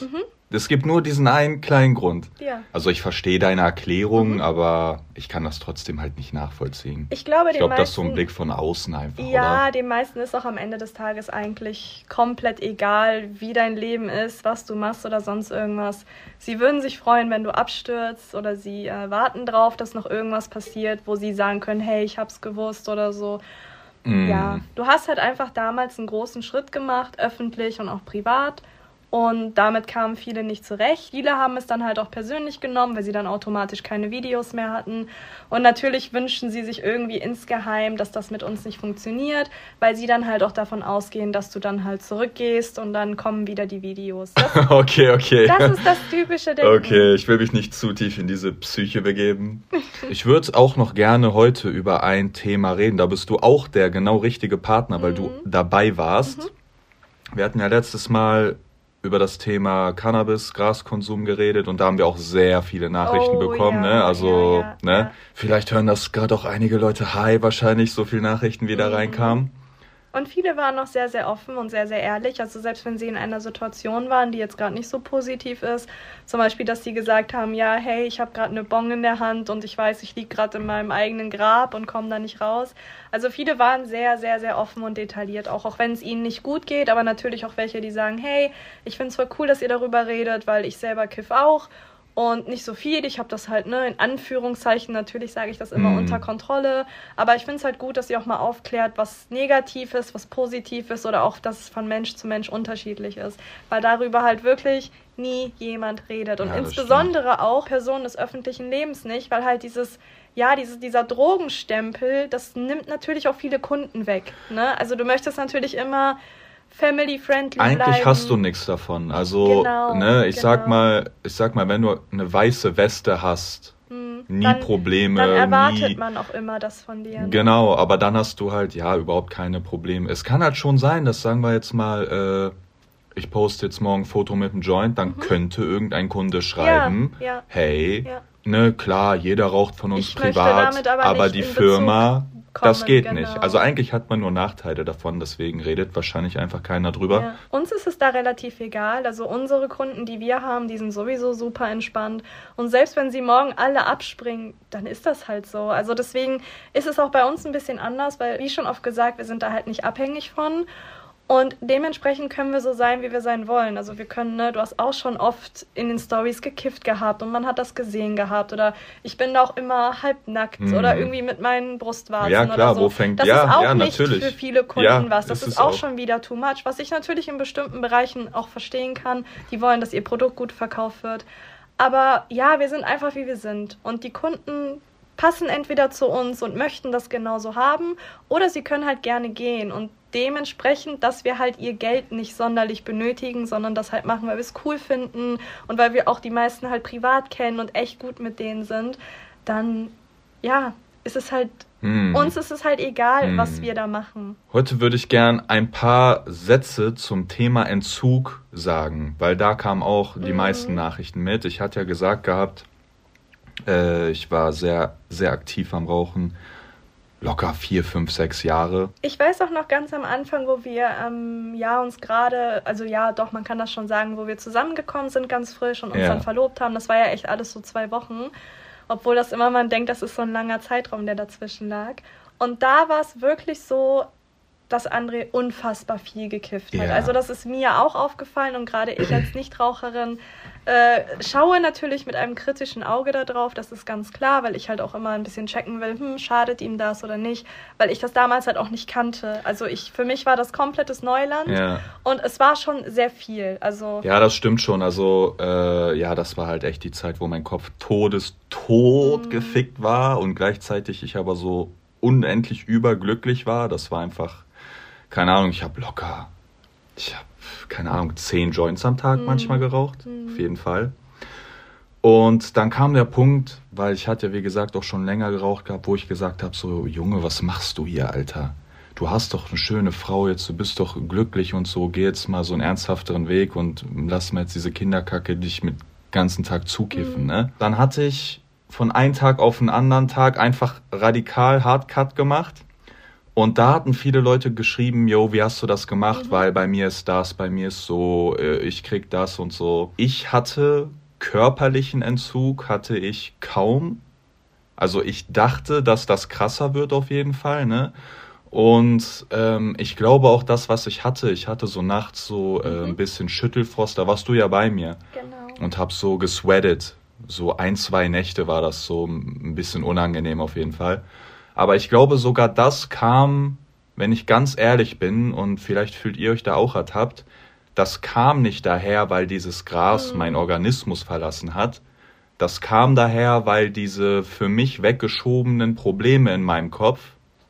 Es gibt nur diesen einen kleinen Grund. Ja. Also ich verstehe deine Erklärung, Mhm. aber ich kann das trotzdem halt nicht nachvollziehen. Ich glaube, Ich den glaube, das ist so ein meisten- Blick von außen einfach, Ja, oder? den meisten ist auch am Ende des Tages eigentlich komplett egal, wie dein Leben ist, was du machst oder sonst irgendwas. Sie würden sich freuen, wenn du abstürzt oder sie äh, warten drauf, dass noch irgendwas passiert, wo sie sagen können, hey, ich hab's gewusst oder so. Mm. Ja, du hast halt einfach damals einen großen Schritt gemacht, öffentlich und auch privat. Und damit kamen viele nicht zurecht. Viele haben es dann halt auch persönlich genommen, weil sie dann automatisch keine Videos mehr hatten. Und natürlich wünschen sie sich irgendwie insgeheim, dass das mit uns nicht funktioniert, weil sie dann halt auch davon ausgehen, dass du dann halt zurückgehst und dann kommen wieder die Videos. Das, Okay, okay. das ist das typische Denken. Okay, ich will mich nicht zu tief in diese Psyche begeben. Ich würde auch noch gerne heute über ein Thema reden. Da bist du auch der genau richtige Partner, weil Mhm. du dabei warst. Mhm. Wir hatten ja letztes Mal über das Thema Cannabis, Graskonsum geredet und da haben wir auch sehr viele Nachrichten Oh, bekommen. ja, Ne? Also, ja, ja, ne? ja. Vielleicht hören das gerade auch einige Leute. Hi, wahrscheinlich so viele Nachrichten, wie da Mhm. reinkamen. Und viele waren noch sehr, sehr offen und sehr, sehr ehrlich. Also selbst wenn sie in einer Situation waren, die jetzt gerade nicht so positiv ist, zum Beispiel, dass sie gesagt haben, ja, hey, ich habe gerade eine Bong in der Hand und ich weiß, ich liege gerade in meinem eigenen Grab und komme da nicht raus. Also viele waren sehr, sehr, sehr offen und detailliert, auch, auch wenn es ihnen nicht gut geht, aber natürlich auch welche, die sagen, hey, ich finde es voll cool, dass ihr darüber redet, weil ich selber kiff auch. Und nicht so viel, ich habe das halt, ne, in Anführungszeichen, natürlich sage ich das immer Mhm. unter Kontrolle, aber ich finde es halt gut, dass ihr auch mal aufklärt, was negativ ist, was positiv ist oder auch, dass es von Mensch zu Mensch unterschiedlich ist, weil darüber halt wirklich nie jemand redet und Ja, das insbesondere auch Personen des öffentlichen Lebens nicht, weil halt dieses, ja, dieses, dieser Drogenstempel, das nimmt natürlich auch viele Kunden weg, ne, also du möchtest natürlich immer family-friendly bleiben. Eigentlich hast du nichts davon. Also, Genau, ne, ich genau. sag mal, ich sag mal, wenn du eine weiße Weste hast, Hm, nie dann, Probleme, Dann erwartet nie. man auch immer das von dir. Ne? Genau, aber dann hast du halt, ja, überhaupt keine Probleme. Es kann halt schon sein, dass, sagen wir jetzt mal, äh, ich poste jetzt morgen ein Foto mit einem Joint, dann Mhm. könnte irgendein Kunde schreiben, Ja, ja. hey, Ja. ne, klar, jeder raucht von uns Ich möchte privat, damit aber nicht die in Bezug Firma, das kommen, geht genau. nicht. Also eigentlich hat man nur Nachteile davon, deswegen redet wahrscheinlich einfach keiner drüber. Ja. Uns ist es da relativ egal. Also unsere Kunden, die wir haben, die sind sowieso super entspannt. Und selbst wenn sie morgen alle abspringen, dann ist das halt so. Also deswegen ist es auch bei uns ein bisschen anders, weil, wie schon oft gesagt, wir sind da halt nicht abhängig von. Und dementsprechend können wir so sein, wie wir sein wollen. Also wir können, ne, du hast auch schon oft in den Stories gekifft gehabt und man hat das gesehen gehabt. Oder ich bin da auch immer halbnackt Mhm. oder irgendwie mit meinen Brustwarzen Ja, klar, oder so. wo fängt- das ja, ist auch ja, nicht natürlich. für viele Kunden Ja, was. Das ist ist es auch auch. schon wieder too much. Was ich natürlich in bestimmten Bereichen auch verstehen kann. Die wollen, dass ihr Produkt gut verkauft wird. Aber ja, wir sind einfach, wie wir sind. Und die Kunden passen entweder zu uns und möchten das genauso haben oder sie können halt gerne gehen und dementsprechend, dass wir halt ihr Geld nicht sonderlich benötigen, sondern das halt machen, weil wir es cool finden und weil wir auch die meisten halt privat kennen und echt gut mit denen sind, dann, ja, ist es halt, Hm. uns ist es halt egal, Hm. was wir da machen. Heute würde ich gern ein paar Sätze zum Thema Entzug sagen, weil da kamen auch die Mhm. meisten Nachrichten mit. Ich hatte ja gesagt gehabt, äh, ich war sehr, sehr aktiv am Rauchen, locker vier, fünf, sechs Jahre. Ich weiß auch noch ganz am Anfang, wo wir ähm, ja uns gerade, also ja doch, man kann das schon sagen, wo wir zusammengekommen sind ganz frisch und uns Ja. dann verlobt haben. Das war ja echt alles so zwei Wochen, obwohl das immer man denkt, das ist so ein langer Zeitraum, der dazwischen lag. Und da war es wirklich so, dass André unfassbar viel gekifft hat. Ja. Also das ist mir auch aufgefallen und gerade ich als Nichtraucherin äh, schaue natürlich mit einem kritischen Auge da drauf, das ist ganz klar, weil ich halt auch immer ein bisschen checken will, hm, schadet ihm das oder nicht, weil ich das damals halt auch nicht kannte. Also ich, für mich war das komplettes Neuland Ja. und es war schon sehr viel. Also Ja, das stimmt schon. Also, äh, ja, das war halt echt die Zeit, wo mein Kopf todestot Mhm. gefickt war und gleichzeitig ich aber so unendlich überglücklich war. Das war einfach, keine Ahnung, ich habe locker, ich habe, keine Ahnung, zehn Joints am Tag Mhm. manchmal geraucht, Mhm. auf jeden Fall. Und dann kam der Punkt, weil ich hatte ja, wie gesagt, auch schon länger geraucht gehabt, wo ich gesagt habe, so, Junge, was machst du hier, Alter? Du hast doch eine schöne Frau jetzt, du bist doch glücklich und so, geh jetzt mal so einen ernsthafteren Weg und lass mal jetzt diese Kinderkacke dich mit ganzen Tag zukiffen, Mhm. ne? Dann hatte ich von einem Tag auf den anderen Tag einfach radikal Hardcut gemacht Und da hatten viele Leute geschrieben, yo, wie hast du das gemacht? Mhm. Weil bei mir ist das, bei mir ist so, äh, ich krieg das und so. Ich hatte körperlichen Entzug, hatte ich kaum. Also ich dachte, dass das krasser wird auf jeden Fall, ne? Und ähm, ich glaube auch das, was ich hatte, ich hatte so nachts so äh, ein Mhm. bisschen Schüttelfrost, da warst du ja bei mir Genau. und hab so gesweatet. So ein, zwei Nächte war das so ein bisschen unangenehm auf jeden Fall. Aber ich glaube sogar das kam, wenn ich ganz ehrlich bin, und vielleicht fühlt ihr euch da auch ertappt, das kam nicht daher, weil dieses Gras Mhm. meinen Organismus verlassen hat. Das kam daher, weil diese für mich weggeschobenen Probleme in meinem Kopf,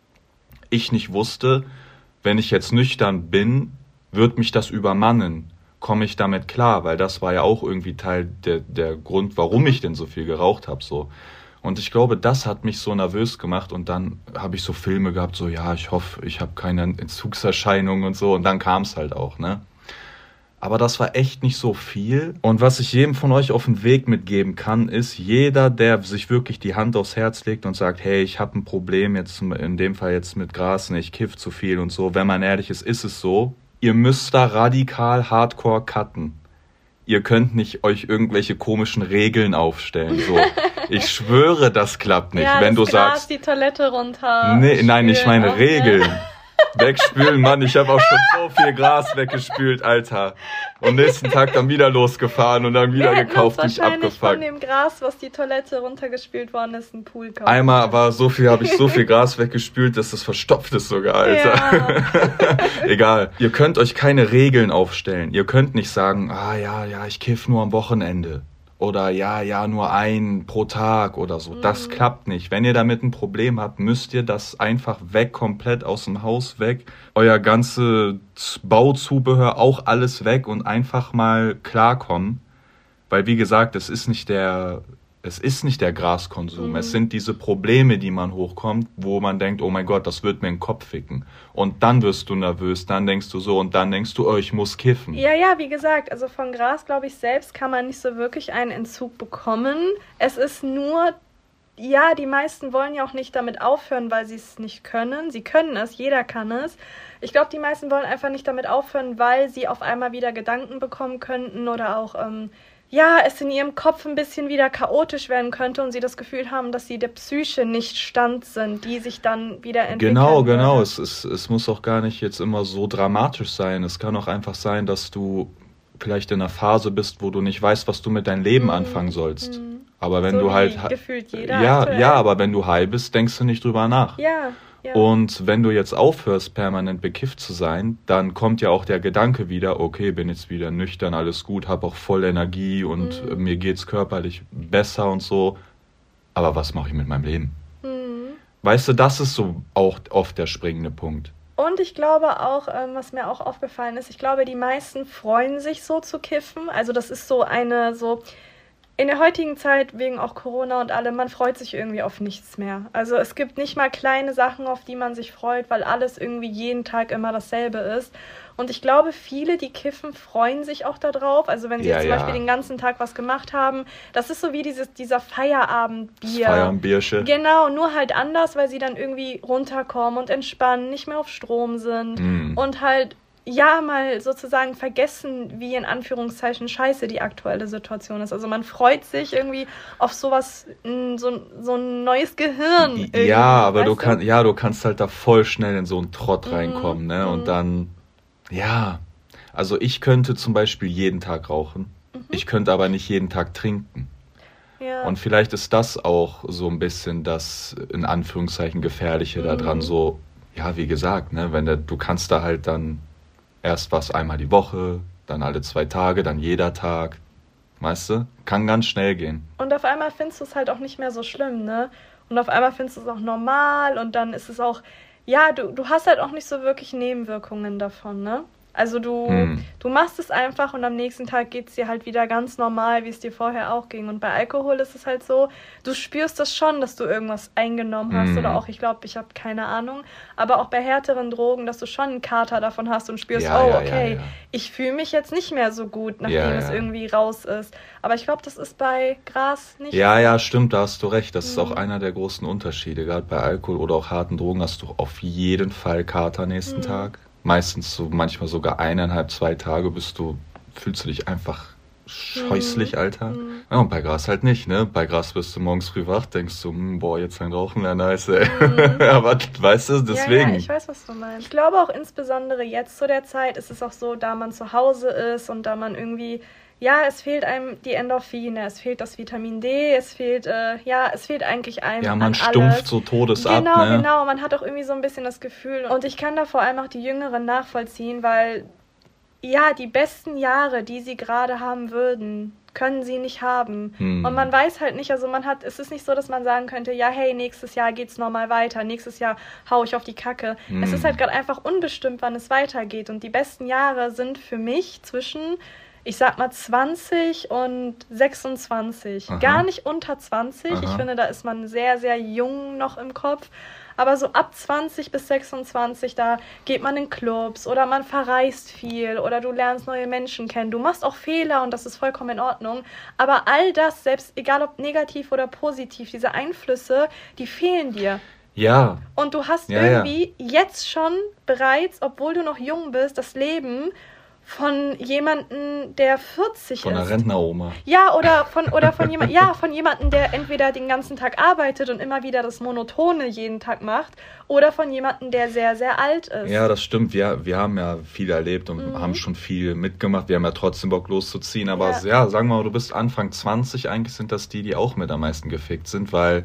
ich nicht wusste, wenn ich jetzt nüchtern bin, wird mich das übermannen. Komme ich damit klar? Weil das war ja auch irgendwie Teil der, der Grund, warum ich denn so viel geraucht habe. So. Und ich glaube, das hat mich so nervös gemacht. Und dann habe ich so Filme gehabt, so ja, ich hoffe, ich habe keine Entzugserscheinungen und so. Und dann kam es halt auch, ne? Aber das war echt nicht so viel. Und was ich jedem von euch auf den Weg mitgeben kann, ist, jeder, der sich wirklich die Hand aufs Herz legt und sagt, hey, ich habe ein Problem, jetzt in dem Fall jetzt mit Gras, ne, ich kiff zu viel und so. Wenn man ehrlich ist, ist es so. Ihr müsst da radikal hardcore cutten. Ihr könnt nicht euch irgendwelche komischen Regeln aufstellen. So, ich schwöre, das klappt nicht. Ja, Wenn das du Gras, sagst, die Toilette runter. nee, nein, ich spülen meine auch, ne? Regeln. Wegspülen, Mann, ich habe auch schon so viel Gras weggespült, Alter. Und nächsten Tag dann wieder losgefahren und dann wieder Wir hätten gekauft, uns nicht wahrscheinlich von abgefuckt. dem Gras, was die Toilette runtergespült worden ist, einen Pool kaufen. Einmal war so viel, habe ich so viel Gras weggespült, dass das verstopft ist sogar, Alter. Ja. Egal. Ihr könnt euch keine Regeln aufstellen. Ihr könnt nicht sagen, ah ja, ja, ich kiff nur am Wochenende. Oder ja, ja, nur ein pro Tag oder so. Das Mhm. klappt nicht. Wenn ihr damit ein Problem habt, müsst ihr das einfach weg, komplett aus dem Haus weg. Euer ganze Z- Bauzubehör auch alles weg und einfach mal klarkommen. Weil wie gesagt, es ist nicht der, es ist nicht der Graskonsum. Mhm. Es sind diese Probleme, die man hochkommt, wo man denkt, oh mein Gott, das wird mir den Kopf ficken. Und dann wirst du nervös, dann denkst du so und dann denkst du, oh, ich muss kiffen. Ja, ja, wie gesagt, also von Gras, glaube ich, selbst kann man nicht so wirklich einen Entzug bekommen. Es ist nur, ja, die meisten wollen ja auch nicht damit aufhören, weil sie es nicht können. Sie können es, jeder kann es. Ich glaube, die meisten wollen einfach nicht damit aufhören, weil sie auf einmal wieder Gedanken bekommen könnten oder auch, ähm, ja, es in ihrem Kopf ein bisschen wieder chaotisch werden könnte und sie das Gefühl haben, dass sie der Psyche nicht stand sind, die sich dann wieder entwickeln Genau, würde. genau. Es, ist, es muss auch gar nicht jetzt immer so dramatisch sein. Es kann auch einfach sein, dass du vielleicht in einer Phase bist, wo du nicht weißt, was du mit deinem Leben Mhm. anfangen sollst. Mhm. Aber wenn So du wie halt... ha- gefühlt jeder ja, aktuell. ja, aber wenn du high bist, denkst du nicht drüber nach. Ja, ja. Und wenn du jetzt aufhörst, permanent bekifft zu sein, dann kommt ja auch der Gedanke wieder, okay, bin jetzt wieder nüchtern, alles gut, habe auch voll Energie und Mhm. äh, mir geht's körperlich besser und so. Aber was mache ich mit meinem Leben? Mhm. Weißt du, das ist so auch oft der springende Punkt. Und ich glaube auch, ähm, was mir auch aufgefallen ist, ich glaube, die meisten freuen sich so zu kiffen. Also das ist so eine, so in der heutigen Zeit, wegen auch Corona und allem, man freut sich irgendwie auf nichts mehr. Also es gibt nicht mal kleine Sachen, auf die man sich freut, weil alles irgendwie jeden Tag immer dasselbe ist. Und ich glaube, viele, die kiffen, freuen sich auch darauf. Also wenn sie Ja, jetzt zum ja. Beispiel den ganzen Tag was gemacht haben, das ist so wie dieses, dieser Das Feierabendbier. Feierabendbiersche. Genau, nur halt anders, weil sie dann irgendwie runterkommen und entspannen, nicht mehr auf Strom sind Mm. und halt, ja, mal sozusagen vergessen, wie in Anführungszeichen scheiße die aktuelle Situation ist. Also man freut sich irgendwie auf sowas, m, so, so ein neues Gehirn. Irgendwie, Ja, aber du, weißt kann, ja, du kannst halt da voll schnell in so einen Trott Mhm, reinkommen, ne? mhm. Und dann, ja, also ich könnte zum Beispiel jeden Tag rauchen. Ich könnte aber nicht jeden Tag trinken. Ja. Und vielleicht ist das auch so ein bisschen das, in Anführungszeichen, Gefährliche Mhm. daran. So, ja, wie gesagt, ne, wenn der, du kannst da halt dann erst was einmal die Woche, dann alle zwei Tage, dann jeder Tag. Weißt du? Kann ganz schnell gehen. Und auf einmal findest du es halt auch nicht mehr so schlimm, ne? Und auf einmal findest du es auch normal und dann ist es auch, ja, du, du hast halt auch nicht so wirklich Nebenwirkungen davon, ne? Also du, Hm. du machst es einfach und am nächsten Tag geht es dir halt wieder ganz normal, wie es dir vorher auch ging. Und bei Alkohol ist es halt so, du spürst das schon, dass du irgendwas eingenommen hast Hm. oder auch, ich glaube, ich habe keine Ahnung, aber auch bei härteren Drogen, dass du schon einen Kater davon hast und spürst, Ja, oh, ja, okay, ja, ja. ich fühle mich jetzt nicht mehr so gut, nachdem Ja, es ja. irgendwie raus ist. Aber ich glaube, das ist bei Gras nicht Ja, so. ja, stimmt, da hast du recht. Das ist auch Mhm. einer der großen Unterschiede. Gerade bei Alkohol oder auch harten Drogen hast du auf jeden Fall Kater nächsten Mhm. Tag. Meistens so, manchmal sogar eineinhalb, zwei Tage bist du, fühlst du dich einfach scheußlich, Mhm. Alter. Mhm. Ja, und bei Gras halt nicht, ne? Bei Gras bist du morgens früh wach, denkst du, hm, boah, jetzt ein Rauchen wäre nice, ey. Mhm. Aber weißt du, deswegen. Ja, ja, ich weiß, was du meinst. Ich glaube auch insbesondere jetzt zu der Zeit ist es auch so, da man zu Hause ist und da man irgendwie, ja, es fehlt einem die Endorphine, es fehlt das Vitamin D, es fehlt, äh, ja, es fehlt eigentlich einem Ja, an man alles. stumpft so todes Genau, ab, ne? genau. Man hat auch irgendwie so ein bisschen das Gefühl. Und ich kann da vor allem auch die Jüngeren nachvollziehen, weil, ja, die besten Jahre, die sie gerade haben würden, können sie nicht haben. Hm. Und man weiß halt nicht, also man hat, es ist nicht so, dass man sagen könnte, ja, hey, nächstes Jahr geht's normal weiter, nächstes Jahr hau ich auf die Kacke. Hm. Es ist halt gerade einfach unbestimmt, wann es weitergeht. Und die besten Jahre sind für mich zwischen, ich sag mal, zwanzig und sechsundzwanzig. Aha. Gar nicht unter zwanzig. Ich Aha. finde, da ist man sehr, sehr jung noch im Kopf. Aber so ab zwanzig bis sechsundzwanzig, da geht man in Clubs oder man verreist viel oder du lernst neue Menschen kennen. Du machst auch Fehler und das ist vollkommen in Ordnung. Aber all das, selbst egal ob negativ oder positiv, diese Einflüsse, die fehlen dir. Ja, Und du hast Ja, ja. irgendwie jetzt schon bereits, obwohl du noch jung bist, das Leben von jemandem, der vierzig von ist. einer Rentneroma. Ja, oder von oder von jemand, ja, von jemandem, der entweder den ganzen Tag arbeitet und immer wieder das Monotone jeden Tag macht, oder von jemandem, der sehr, sehr alt ist. Ja, das stimmt. Wir, wir haben ja viel erlebt und Mhm. haben schon viel mitgemacht. Wir haben ja trotzdem Bock loszuziehen. Aber Ja. ja. sagen wir mal, du bist Anfang zwanzig. Eigentlich sind das die, die auch mit am meisten gefickt sind, weil,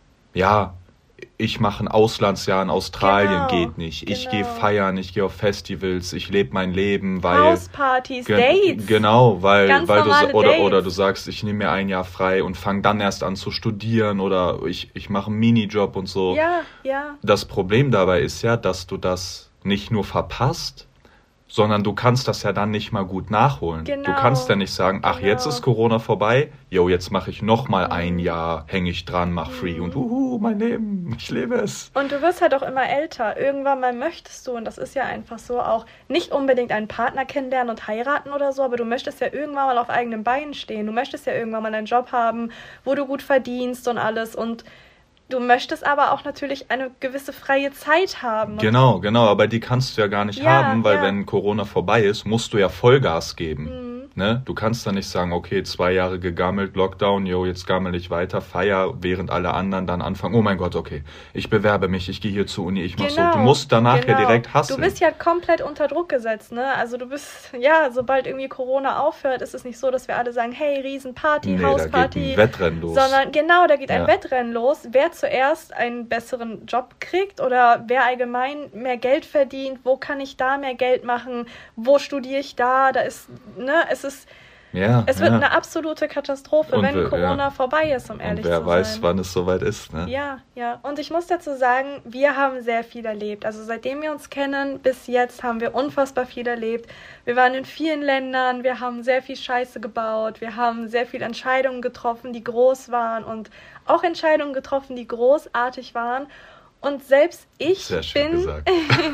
ja, ich mache ein Auslandsjahr in Australien, Genau, geht nicht. Ich genau. gehe feiern, ich gehe auf Festivals, ich lebe mein Leben, weil... Hauspartys, Ge- Dates. Genau, weil, Ganz weil du normale oder, Dates. oder du sagst, ich nehme mir ein Jahr frei und fange dann erst an zu studieren oder ich, ich mache einen Minijob und so. Ja, ja. Das Problem dabei ist ja, dass du das nicht nur verpasst, sondern du kannst das ja dann nicht mal gut nachholen. Genau. Du kannst ja nicht sagen, ach, Genau. jetzt ist Corona vorbei, jo, jetzt mache ich noch mal ein Jahr, hänge ich dran, mach free Mhm. und uhu, mein Leben, ich lebe es. Und du wirst halt auch immer älter. Irgendwann mal möchtest du, und das ist ja einfach so, auch nicht unbedingt einen Partner kennenlernen und heiraten oder so, aber du möchtest ja irgendwann mal auf eigenen Beinen stehen. Du möchtest ja irgendwann mal einen Job haben, wo du gut verdienst und alles. Und du möchtest aber auch natürlich eine gewisse freie Zeit haben. Und Genau, genau, aber die kannst du ja gar nicht Ja, haben, weil ja. wenn Corona vorbei ist, musst du ja Vollgas geben. Mhm. Ne? Du kannst dann nicht sagen, okay, zwei Jahre gegammelt, Lockdown, jo, jetzt gammel ich weiter, feier, während alle anderen dann anfangen, oh mein Gott, okay, ich bewerbe mich, ich gehe hier zur Uni, ich mach so. Du musst danach genau. ja direkt hustlen. Du bist ja komplett unter Druck gesetzt, ne? Also du bist, ja, sobald irgendwie Corona aufhört, ist es nicht so, dass wir alle sagen, hey, Riesenparty, nee, da geht Hausparty. ein Wettrennen los. Sondern genau, da geht ein Ja. Wettrennen los, wer zuerst einen besseren Job kriegt oder wer allgemein mehr Geld verdient, wo kann ich da mehr Geld machen, wo studiere ich da, da ist, ne, es ist, ja, es wird ja. eine absolute Katastrophe, Und wenn wir- Corona ja. vorbei ist, um ehrlich Und wer zu weiß, sein. wann es soweit ist, ne? Ja, ja. Und ich muss dazu sagen, wir haben sehr viel erlebt. Also seitdem wir uns kennen, bis jetzt haben wir unfassbar viel erlebt. Wir waren in vielen Ländern, wir haben sehr viel Scheiße gebaut, wir haben sehr viele Entscheidungen getroffen, die groß waren und auch Entscheidungen getroffen, die großartig waren. Und selbst ich Sehr schön bin gesagt.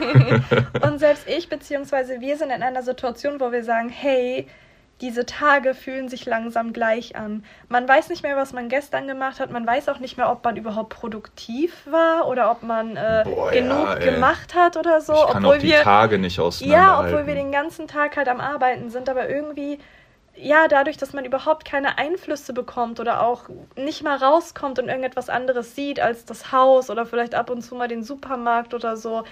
und selbst ich beziehungsweise wir sind in einer Situation, wo wir sagen, hey, diese Tage fühlen sich langsam gleich an. Man weiß nicht mehr, was man gestern gemacht hat. Man weiß auch nicht mehr, ob man überhaupt produktiv war oder ob man äh, Boah, genug ja, ey. gemacht hat oder so. Ich kann obwohl auch die wir, Tage nicht ja, auseinanderhalten. obwohl wir den ganzen Tag halt am Arbeiten sind, aber irgendwie, ja, dadurch, dass man überhaupt keine Einflüsse bekommt oder auch nicht mal rauskommt und irgendetwas anderes sieht als das Haus oder vielleicht ab und zu mal den Supermarkt oder so.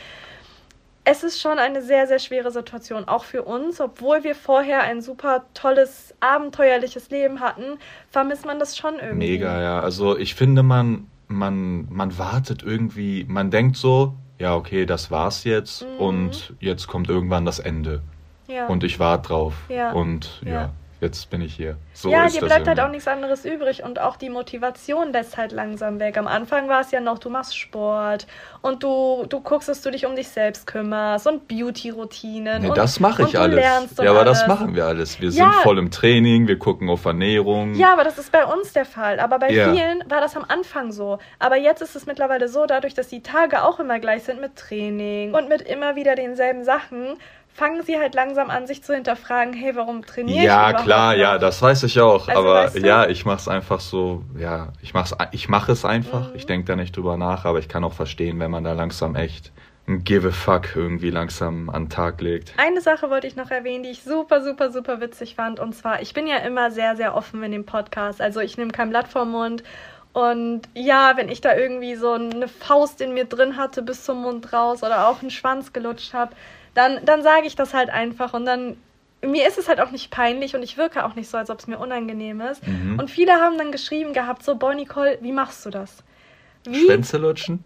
Es ist schon eine sehr, sehr schwere Situation, auch für uns. Obwohl wir vorher ein super tolles, abenteuerliches Leben hatten, vermisst man das schon irgendwie. Mega, ja. Also ich finde, man, man, man wartet irgendwie, man denkt so, ja, okay, das war's jetzt Mhm. und jetzt kommt irgendwann das Ende. Ja. Und ich warte drauf. Ja. Und ja. Ja. jetzt bin ich hier. So ja, ist dir das bleibt halt irgendwie. auch nichts anderes übrig und auch die Motivation lässt halt langsam weg. Am Anfang war es ja noch, du machst Sport und du, du guckst, dass du dich um dich selbst kümmerst und Beauty-Routinen. Nee, und, das mache ich und du alles. lernst und Ja, aber alles. das machen wir alles. Wir Ja. sind voll im Training, wir gucken auf Ernährung. Ja, aber das ist bei uns der Fall. Aber bei Ja. vielen war das am Anfang so. Aber jetzt ist es mittlerweile so, dadurch, dass die Tage auch immer gleich sind mit Training und mit immer wieder denselben Sachen, fangen sie halt langsam an, sich zu hinterfragen, hey, warum trainiere ich Ja, überhaupt klar, noch? ja, das weiß ich auch. Also, aber weißt du? ja, ich mach's einfach so, ja, ich mach's, ich mache es einfach. Mhm. Ich denke da nicht drüber nach, aber ich kann auch verstehen, wenn man da langsam echt ein Give a fuck irgendwie langsam an den Tag legt. Eine Sache wollte ich noch erwähnen, die ich super, super, super witzig fand. Und zwar, ich bin ja immer sehr, sehr offen in dem Podcast. Also ich nehme kein Blatt vorm Mund. Und ja, wenn ich da irgendwie so eine Faust in mir drin hatte bis zum Mund raus oder auch einen Schwanz gelutscht habe, dann, dann sage ich das halt einfach. Und dann, mir ist es halt auch nicht peinlich und ich wirke auch nicht so, als ob es mir unangenehm ist. Mhm. Und viele haben dann geschrieben gehabt, so, boah, Nicole, wie machst du das? Wie? Schwänze lutschen?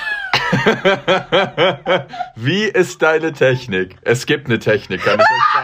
Wie ist deine Technik? Es gibt eine Technik, kann ich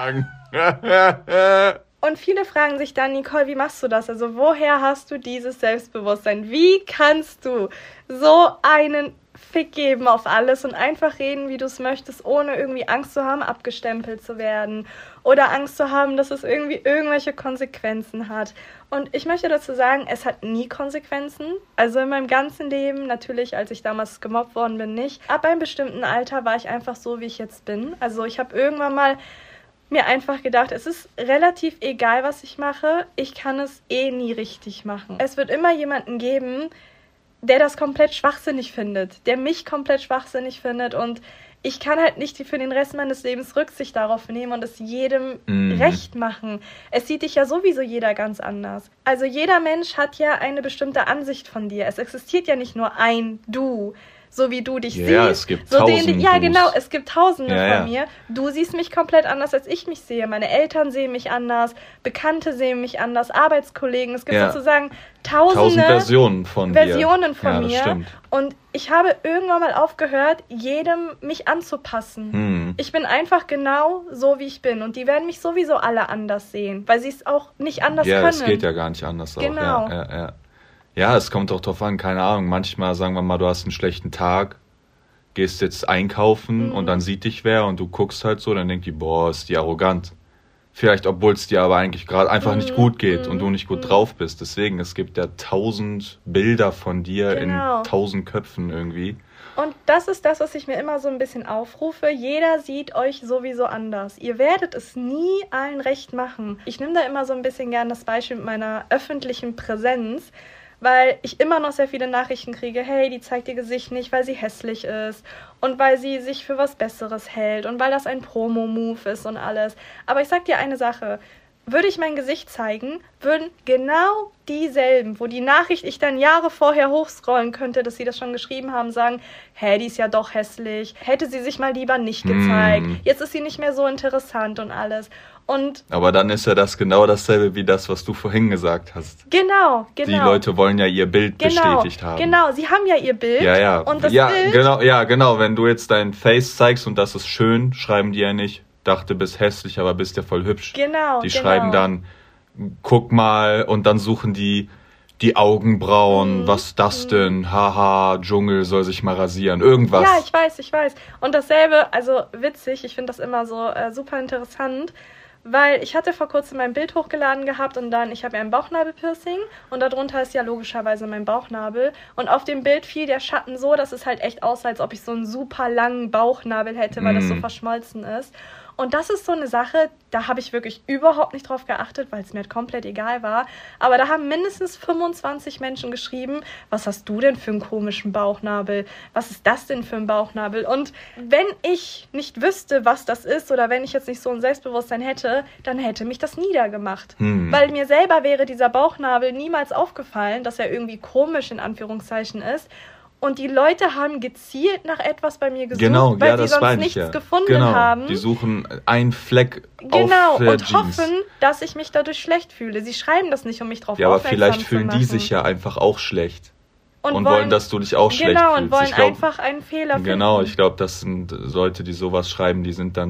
euch sagen. Und viele fragen sich dann, Nicole, wie machst du das? Also woher hast du dieses Selbstbewusstsein? Wie kannst du so einen Fick geben auf alles und einfach reden, wie du es möchtest, ohne irgendwie Angst zu haben, abgestempelt zu werden oder Angst zu haben, dass es irgendwie irgendwelche Konsequenzen hat. Und ich möchte dazu sagen, es hat nie Konsequenzen. Also in meinem ganzen Leben, natürlich, als ich damals gemobbt worden bin, nicht. Ab einem bestimmten Alter war ich einfach so, wie ich jetzt bin. Also ich habe irgendwann mal mir einfach gedacht, es ist relativ egal, was ich mache. Ich kann es eh nie richtig machen. Es wird immer jemanden geben, der das komplett schwachsinnig findet, der mich komplett schwachsinnig findet und ich kann halt nicht für den Rest meines Lebens Rücksicht darauf nehmen und es jedem Mhm. recht machen. Es sieht dich ja sowieso jeder ganz anders. Also jeder Mensch hat ja eine bestimmte Ansicht von dir. Es existiert ja nicht nur ein Du, so wie du dich Ja, siehst. es gibt so tausend den, Ja, Dus. genau, es gibt tausende Ja, von ja. mir. Du siehst mich komplett anders, als ich mich sehe. Meine Eltern sehen mich anders, Bekannte sehen mich anders, Arbeitskollegen. Es gibt Ja. sozusagen tausende Tausend Versionen von dir. Versionen von ja, das mir. Stimmt. Und ich habe irgendwann mal aufgehört, jedem mich anzupassen. Hm. Ich bin einfach genau so, wie ich bin. Und die werden mich sowieso alle anders sehen, weil sie es auch nicht anders Ja, können. es geht ja gar nicht anders Genau. auch. Ja, ja, ja. ja, es kommt auch drauf an, keine Ahnung. Manchmal, sagen wir mal, du hast einen schlechten Tag, gehst jetzt einkaufen Mhm. und dann sieht dich wer und du guckst halt so, dann denkt die, boah, ist die arrogant. Vielleicht, obwohl es dir aber eigentlich gerade einfach Mhm, nicht gut geht mhm, und du nicht gut mhm. drauf bist. Deswegen, es gibt ja tausend Bilder von dir Genau. in tausend Köpfen irgendwie. Und das ist das, was ich mir immer so ein bisschen aufrufe. Jeder sieht euch sowieso anders. Ihr werdet es nie allen recht machen. Ich nehme da immer so ein bisschen gern das Beispiel mit meiner öffentlichen Präsenz, weil ich immer noch sehr viele Nachrichten kriege, hey, die zeigt ihr Gesicht nicht, weil sie hässlich ist und weil sie sich für was Besseres hält und weil das ein Promo-Move ist und alles. Aber ich sag dir eine Sache, würde ich mein Gesicht zeigen, würden genau dieselben, wo die Nachricht ich dann Jahre vorher hochscrollen könnte, dass sie das schon geschrieben haben, sagen, hä, die ist ja doch hässlich, hätte sie sich mal lieber nicht gezeigt, Mm. jetzt ist sie nicht mehr so interessant und alles. Und Aber dann ist ja das genau dasselbe wie das, was du vorhin gesagt hast. genau, genau. Die Leute wollen ja ihr Bild genau, bestätigt haben. Genau, sie haben ja ihr Bild. Ja, ja. Und das ja, Bild, genau, ja, genau. Wenn du jetzt dein Face zeigst und das ist schön, schreiben die ja nicht, dachte, bist hässlich, aber bist ja voll hübsch. genau, Die genau. schreiben dann, guck mal, und dann suchen die die Augenbrauen, Mhm. was das denn? Haha, Dschungel soll sich mal rasieren, irgendwas. Ja, ich weiß, ich weiß. Und dasselbe, also witzig, ich finde das immer so äh, super interessant, weil ich hatte vor kurzem mein Bild hochgeladen gehabt und dann, ich habe ja ein Bauchnabelpiercing und darunter ist ja logischerweise mein Bauchnabel und auf dem Bild fiel der Schatten so, dass es halt echt aussah, als ob ich so einen super langen Bauchnabel hätte, weil das so Mm. verschmolzen ist. Und das ist so eine Sache, da habe ich wirklich überhaupt nicht drauf geachtet, weil es mir halt komplett egal war. Aber da haben mindestens fünfundzwanzig Menschen geschrieben, was hast du denn für einen komischen Bauchnabel? Was ist das denn für ein Bauchnabel? Und wenn ich nicht wüsste, was das ist oder wenn ich jetzt nicht so ein Selbstbewusstsein hätte, dann hätte mich das niedergemacht. Hm. Weil mir selber wäre dieser Bauchnabel niemals aufgefallen, dass er irgendwie komisch in Anführungszeichen ist. Und die Leute haben gezielt nach etwas bei mir gesucht, Genau, weil ja, sie das sonst meine nichts ich ja. gefunden genau. haben. Die suchen einen Fleck Genau, auf der und Jeans. hoffen, dass ich mich dadurch schlecht fühle. Sie schreiben das nicht, um mich drauf Ja, aber aufmerksam vielleicht zu fühlen machen. die sich ja einfach auch schlecht. und, Und, wollen, dass du dich auch schlecht Genau, fühlst. und wollen ich glaub, einfach einen Fehler finden. Genau, ich glaube, das sind Leute, die sowas schreiben, die sind dann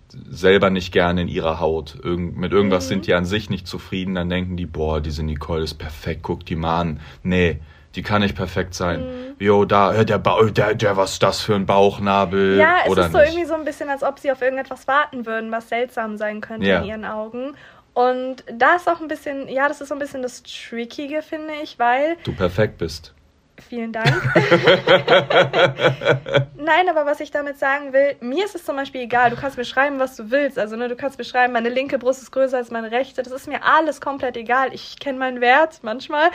selber nicht gerne in ihrer Haut. Irgend, mit irgendwas Mhm. sind die an sich nicht zufrieden, dann denken die, boah, diese Nicole ist perfekt, guck die mal an. Nee, die kann nicht perfekt sein. Mhm. Jo, da, äh, der, Bauch, der, der, was ist das für ein Bauchnabel? Ja, es oder ist so nicht. irgendwie so ein bisschen, als ob sie auf irgendetwas warten würden, was seltsam sein könnte Ja. in ihren Augen. Und da ist auch ein bisschen, ja, das ist so ein bisschen das Trickige, finde ich, weil, Du perfekt bist. vielen Dank. Nein, aber was ich damit sagen will, mir ist es zum Beispiel egal, du kannst mir schreiben, was du willst. Also, ne, du kannst mir schreiben, meine linke Brust ist größer als meine rechte. Das ist mir alles komplett egal. Ich kenne meinen Wert manchmal.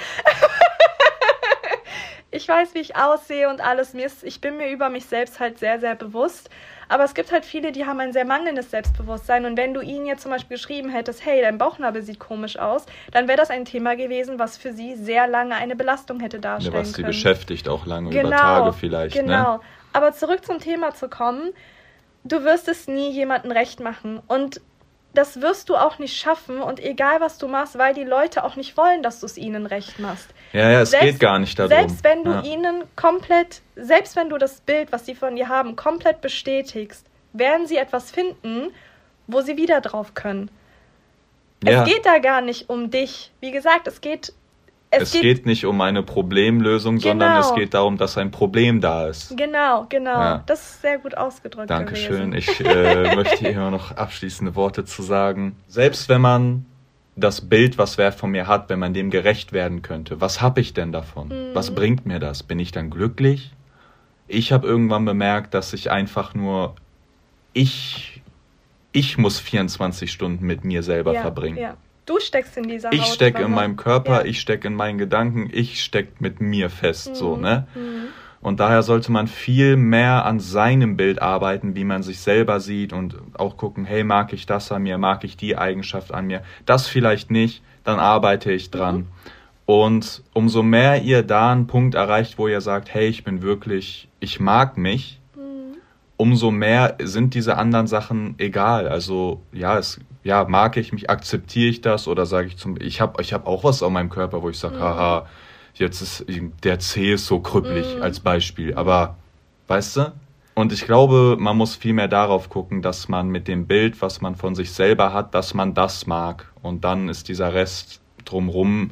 Ich weiß, wie ich aussehe und alles. Mir ist, ich bin mir über mich selbst halt sehr, sehr bewusst. Aber es gibt halt viele, die haben ein sehr mangelndes Selbstbewusstsein. Und wenn du ihnen jetzt zum Beispiel geschrieben hättest, hey, dein Bauchnabel sieht komisch aus, dann wäre das ein Thema gewesen, was für sie sehr lange eine Belastung hätte darstellen Ja, was sie können. beschäftigt auch lange, Genau, über Tage vielleicht. Genau. Ne? Aber zurück zum Thema zu kommen, du wirst es nie jemandem recht machen. Und das wirst du auch nicht schaffen. Und egal, was du machst, weil die Leute auch nicht wollen, dass du es ihnen recht machst. Ja, ja, es Selbst- geht gar nicht darum. Selbst wenn du ja. ihnen komplett, selbst wenn du das Bild, was sie von dir haben, komplett bestätigst, werden sie etwas finden, wo sie wieder drauf können. Ja. Es geht da gar nicht um dich. Wie gesagt, es geht... Es, es geht, geht nicht um eine Problemlösung, Genau. sondern es geht darum, dass ein Problem da ist. Genau, genau. Ja. Das ist sehr gut ausgedrückt Dankeschön. gewesen. Ich äh, möchte hier immer noch abschließende Worte zu sagen. Selbst wenn man das Bild, was wer von mir hat, wenn man dem gerecht werden könnte, was habe ich denn davon? Mhm. Was bringt mir das? Bin ich dann glücklich? Ich habe irgendwann bemerkt, dass ich einfach nur, ich, ich muss vierundzwanzig Stunden mit mir selber ja, verbringen. Ja. Du steckst in dieser Ich Haut. stecke in warum? meinem Körper, Ja. ich stecke in meinen Gedanken, ich stecke mit mir fest, Mhm. so, ne? Mhm. Und daher sollte man viel mehr an seinem Bild arbeiten, wie man sich selber sieht und auch gucken, hey, mag ich das an mir, mag ich die Eigenschaft an mir? Das vielleicht nicht, dann arbeite ich dran. Mhm. Und umso mehr ihr da einen Punkt erreicht, wo ihr sagt, hey, ich bin wirklich, ich mag mich, Mhm. umso mehr sind diese anderen Sachen egal. Also ja, es, ja, mag ich mich, akzeptiere ich das oder sage ich zum, ich habe ich hab auch was an meinem Körper, wo ich sage, Mhm. haha, jetzt ist der Zeh ist so krüppelig Mhm. als Beispiel. Aber weißt du? Und ich glaube, man muss viel mehr darauf gucken, dass man mit dem Bild, was man von sich selber hat, dass man das mag. Und dann ist dieser Rest drumrum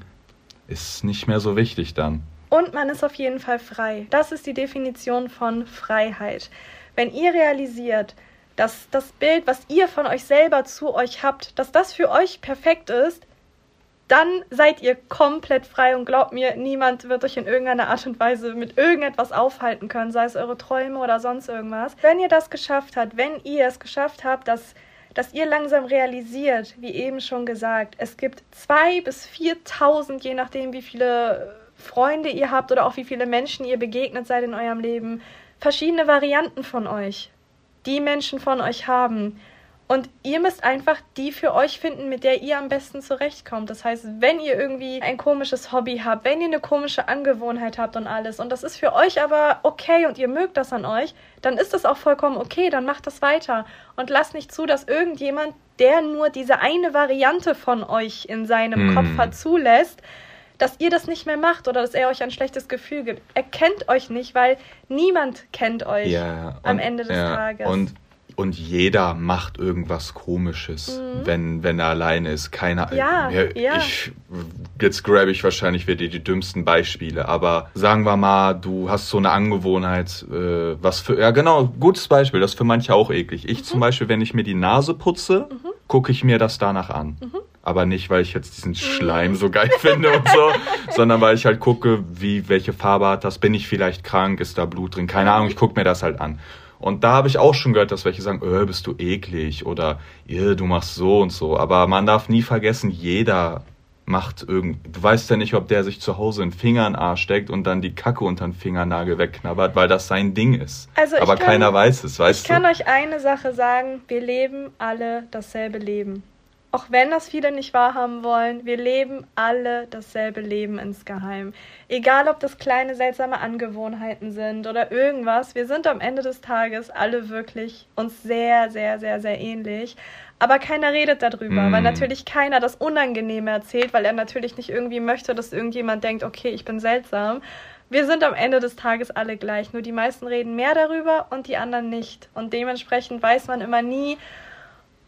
ist nicht mehr so wichtig dann. Und man ist auf jeden Fall frei. Das ist die Definition von Freiheit. Wenn ihr realisiert, dass das Bild, was ihr von euch selber zu euch habt, dass das für euch perfekt ist, dann seid ihr komplett frei und glaubt mir, niemand wird euch in irgendeiner Art und Weise mit irgendetwas aufhalten können, sei es eure Träume oder sonst irgendwas. Wenn ihr das geschafft habt, wenn ihr es geschafft habt, dass, dass ihr langsam realisiert, wie eben schon gesagt, es gibt zweitausend bis viertausend, je nachdem wie viele Freunde ihr habt oder auch wie viele Menschen ihr begegnet seid in eurem Leben, verschiedene Varianten von euch, die Menschen von euch haben. Und ihr müsst einfach die für euch finden, mit der ihr am besten zurechtkommt. Das heißt, wenn ihr irgendwie ein komisches Hobby habt, wenn ihr eine komische Angewohnheit habt und alles, und das ist für euch aber okay und ihr mögt das an euch, dann ist das auch vollkommen okay, dann macht das weiter. Und lasst nicht zu, dass irgendjemand, der nur diese eine Variante von euch in seinem Hm. Kopf hat, zulässt, dass ihr das nicht mehr macht oder dass er euch ein schlechtes Gefühl gibt. Er kennt euch nicht, weil niemand kennt euch Ja, am und- Ende des ja, Tages. Und, und jeder macht irgendwas Komisches, Mhm. wenn, wenn er alleine ist. Keiner. Ja, ja. Ich, jetzt grab ich wahrscheinlich wieder die dümmsten Beispiele, aber sagen wir mal, du hast so eine Angewohnheit, äh, was für. Ja, genau, gutes Beispiel, das ist für manche auch eklig. Ich zum Beispiel, wenn ich mir die Nase putze, Mhm. gucke ich mir das danach an. Aber nicht, weil ich jetzt diesen Schleim so geil finde und so, sondern weil ich halt gucke, wie, welche Farbe hat das, bin ich vielleicht krank, ist da Blut drin, keine Ahnung, ich gucke mir das halt an. Und da habe ich auch schon gehört, dass welche sagen, öh, bist du eklig oder ihr, du machst so und so. Aber man darf nie vergessen, jeder macht irgend. Du weißt ja nicht, ob der sich zu Hause einen Finger in den Arsch steckt und dann die Kacke unter den Fingernagel wegknabbert, weil das sein Ding ist. Also ich Aber kann- keiner weiß es, weißt Ich du? kann euch eine Sache sagen, wir leben alle dasselbe Leben. Auch wenn das viele nicht wahrhaben wollen, wir leben alle dasselbe Leben insgeheim. Egal, ob das kleine seltsame Angewohnheiten sind oder irgendwas, wir sind am Ende des Tages alle wirklich uns sehr, sehr, sehr, sehr ähnlich. Aber keiner redet darüber, Mm. weil natürlich keiner das Unangenehme erzählt, weil er natürlich nicht irgendwie möchte, dass irgendjemand denkt, okay, ich bin seltsam. Wir sind am Ende des Tages alle gleich, nur die meisten reden mehr darüber und die anderen nicht. Und dementsprechend weiß man immer nie,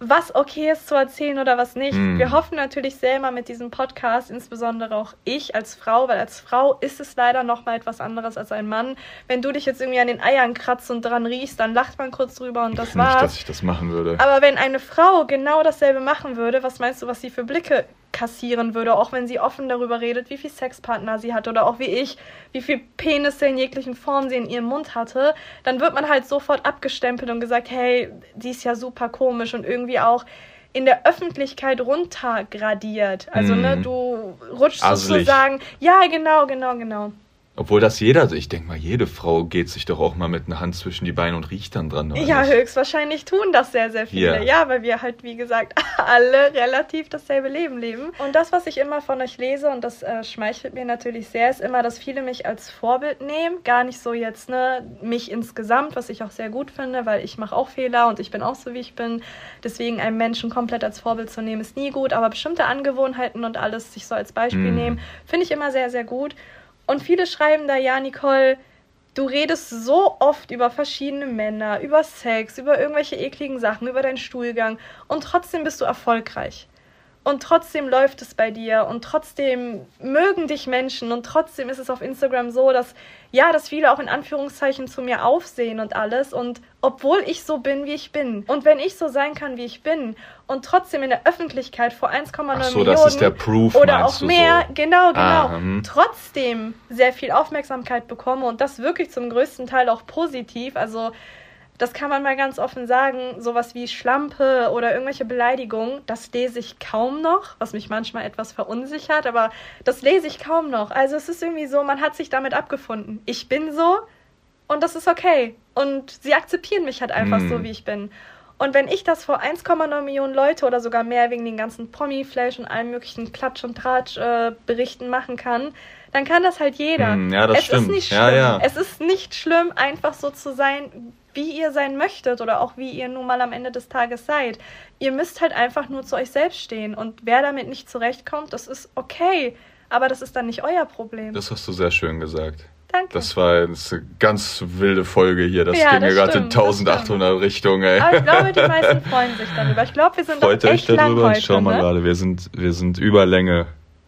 was okay ist zu erzählen oder was nicht. Mm. Wir hoffen natürlich sehr immer mit diesem Podcast, insbesondere auch ich als Frau, weil als Frau ist es leider nochmal etwas anderes als ein Mann. Wenn du dich jetzt irgendwie an den Eiern kratzt und dran riechst, dann lacht man kurz drüber und das war's. Nicht, dass ich das machen würde. Aber wenn eine Frau genau dasselbe machen würde, was meinst du, was sie für Blicke kassieren würde, auch wenn sie offen darüber redet, wie viel Sexpartner sie hat oder auch wie ich, wie viel Penisse in jeglichen Formen sie in ihrem Mund hatte, dann wird man halt sofort abgestempelt und gesagt, hey, die ist ja super komisch und irgendwie auch in der Öffentlichkeit runtergradiert. Also, mm. ne, du rutschst Asselig. sozusagen, ja, genau, genau, genau. Obwohl das jeder, also ich denke mal, jede Frau geht sich doch auch mal mit einer Hand zwischen die Beine und riecht dann dran. Oder Ja, nicht? höchstwahrscheinlich tun das sehr, sehr viele. Ja. Ja, weil wir halt, wie gesagt, alle relativ dasselbe Leben leben. Und das, was ich immer von euch lese, und das äh, schmeichelt mir natürlich sehr, ist immer, dass viele mich als Vorbild nehmen. Gar nicht so jetzt, ne, mich insgesamt, was ich auch sehr gut finde, weil ich mache auch Fehler und ich bin auch so, wie ich bin. Deswegen einen Menschen komplett als Vorbild zu nehmen, ist nie gut. Aber bestimmte Angewohnheiten und alles sich so als Beispiel Mm. nehmen, finde ich immer sehr, sehr gut. Und viele schreiben da, ja, Nicole, du redest so oft über verschiedene Männer, über Sex, über irgendwelche ekligen Sachen, über deinen Stuhlgang und trotzdem bist du erfolgreich. Und trotzdem läuft es bei dir und trotzdem mögen dich Menschen und trotzdem ist es auf Instagram so, dass, ja, dass viele auch in Anführungszeichen zu mir aufsehen und alles und obwohl ich so bin, wie ich bin und wenn ich so sein kann, wie ich bin und trotzdem in der Öffentlichkeit vor eins Komma neun Ach so, Millionen das ist der Proof, oder auch meinst du mehr, so? genau, genau, Ah, hm. trotzdem sehr viel Aufmerksamkeit bekomme und das wirklich zum größten Teil auch positiv, also das kann man mal ganz offen sagen, sowas wie Schlampe oder irgendwelche Beleidigungen, das lese ich kaum noch, was mich manchmal etwas verunsichert, aber das lese ich kaum noch. Also es ist irgendwie so, man hat sich damit abgefunden. Ich bin so und das ist okay. Und sie akzeptieren mich halt einfach Mm. so, wie ich bin. Und wenn ich das vor eins Komma neun Millionen Leute oder sogar mehr wegen den ganzen Promi-Flash und allen möglichen Klatsch- und Tratsch-Berichten machen kann, dann kann das halt jeder. Mm, ja, das es stimmt. ist nicht schlimm. Ja, ja. Es ist nicht schlimm, einfach so zu sein, wie ihr sein möchtet oder auch wie ihr nun mal am Ende des Tages seid. Ihr müsst halt einfach nur zu euch selbst stehen und wer damit nicht zurechtkommt, das ist okay, aber das ist dann nicht euer Problem. Das hast du sehr schön gesagt. Danke. Das war jetzt eine ganz wilde Folge hier. Das Ja, ging das ja gerade in stimmt, das eintausendachthundert Richtungen, ey. Aber ich glaube, die meisten freuen sich darüber. Ich glaube, wir sind Freut doch euch echt lang darüber? heute, Schau mal ne? gerade, wir sind, wir sind über Länge.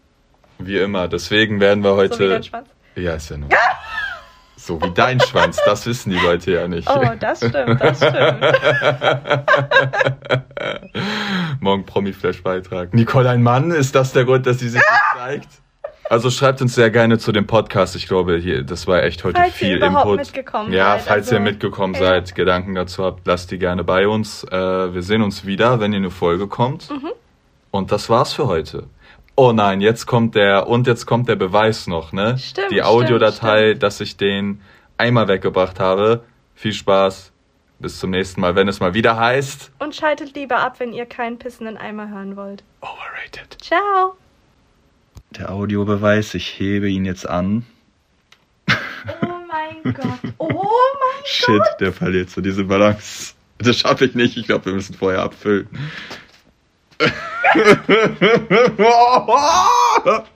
Wie immer. Deswegen werden wir heute... So wie dein Schwanz. Ja, ist ja nur... So wie dein Schwanz, das wissen die Leute ja nicht. Oh, das stimmt, das stimmt. Morgen Promi-Flash-Beitrag. Nicole, ein Mann? Ist das der Grund, dass sie sich nicht zeigt? Also schreibt uns sehr gerne zu dem Podcast. Ich glaube, hier, das war echt heute Falls viel ihr überhaupt Input. mitgekommen Ja, seid, falls also, ihr mitgekommen ja. seid, Gedanken dazu habt, lasst die gerne bei uns. Äh, wir sehen uns wieder, wenn ihr eine Folge kommt. Mhm. Und das war's für heute. Oh nein, jetzt kommt der, und jetzt kommt der Beweis noch, ne? Stimmt, Die Audiodatei, stimmt, dass ich den einmal weggebracht habe. Viel Spaß. Bis zum nächsten Mal, wenn es mal wieder heißt. Und schaltet lieber ab, wenn ihr keinen pissenden Eimer hören wollt. Overrated. Ciao. Der Audiobeweis, ich hebe ihn jetzt an. Oh mein Gott. Oh mein Shit, der verliert so diese Balance. Das schaffe ich nicht. Ich glaube, wir müssen vorher abfüllen.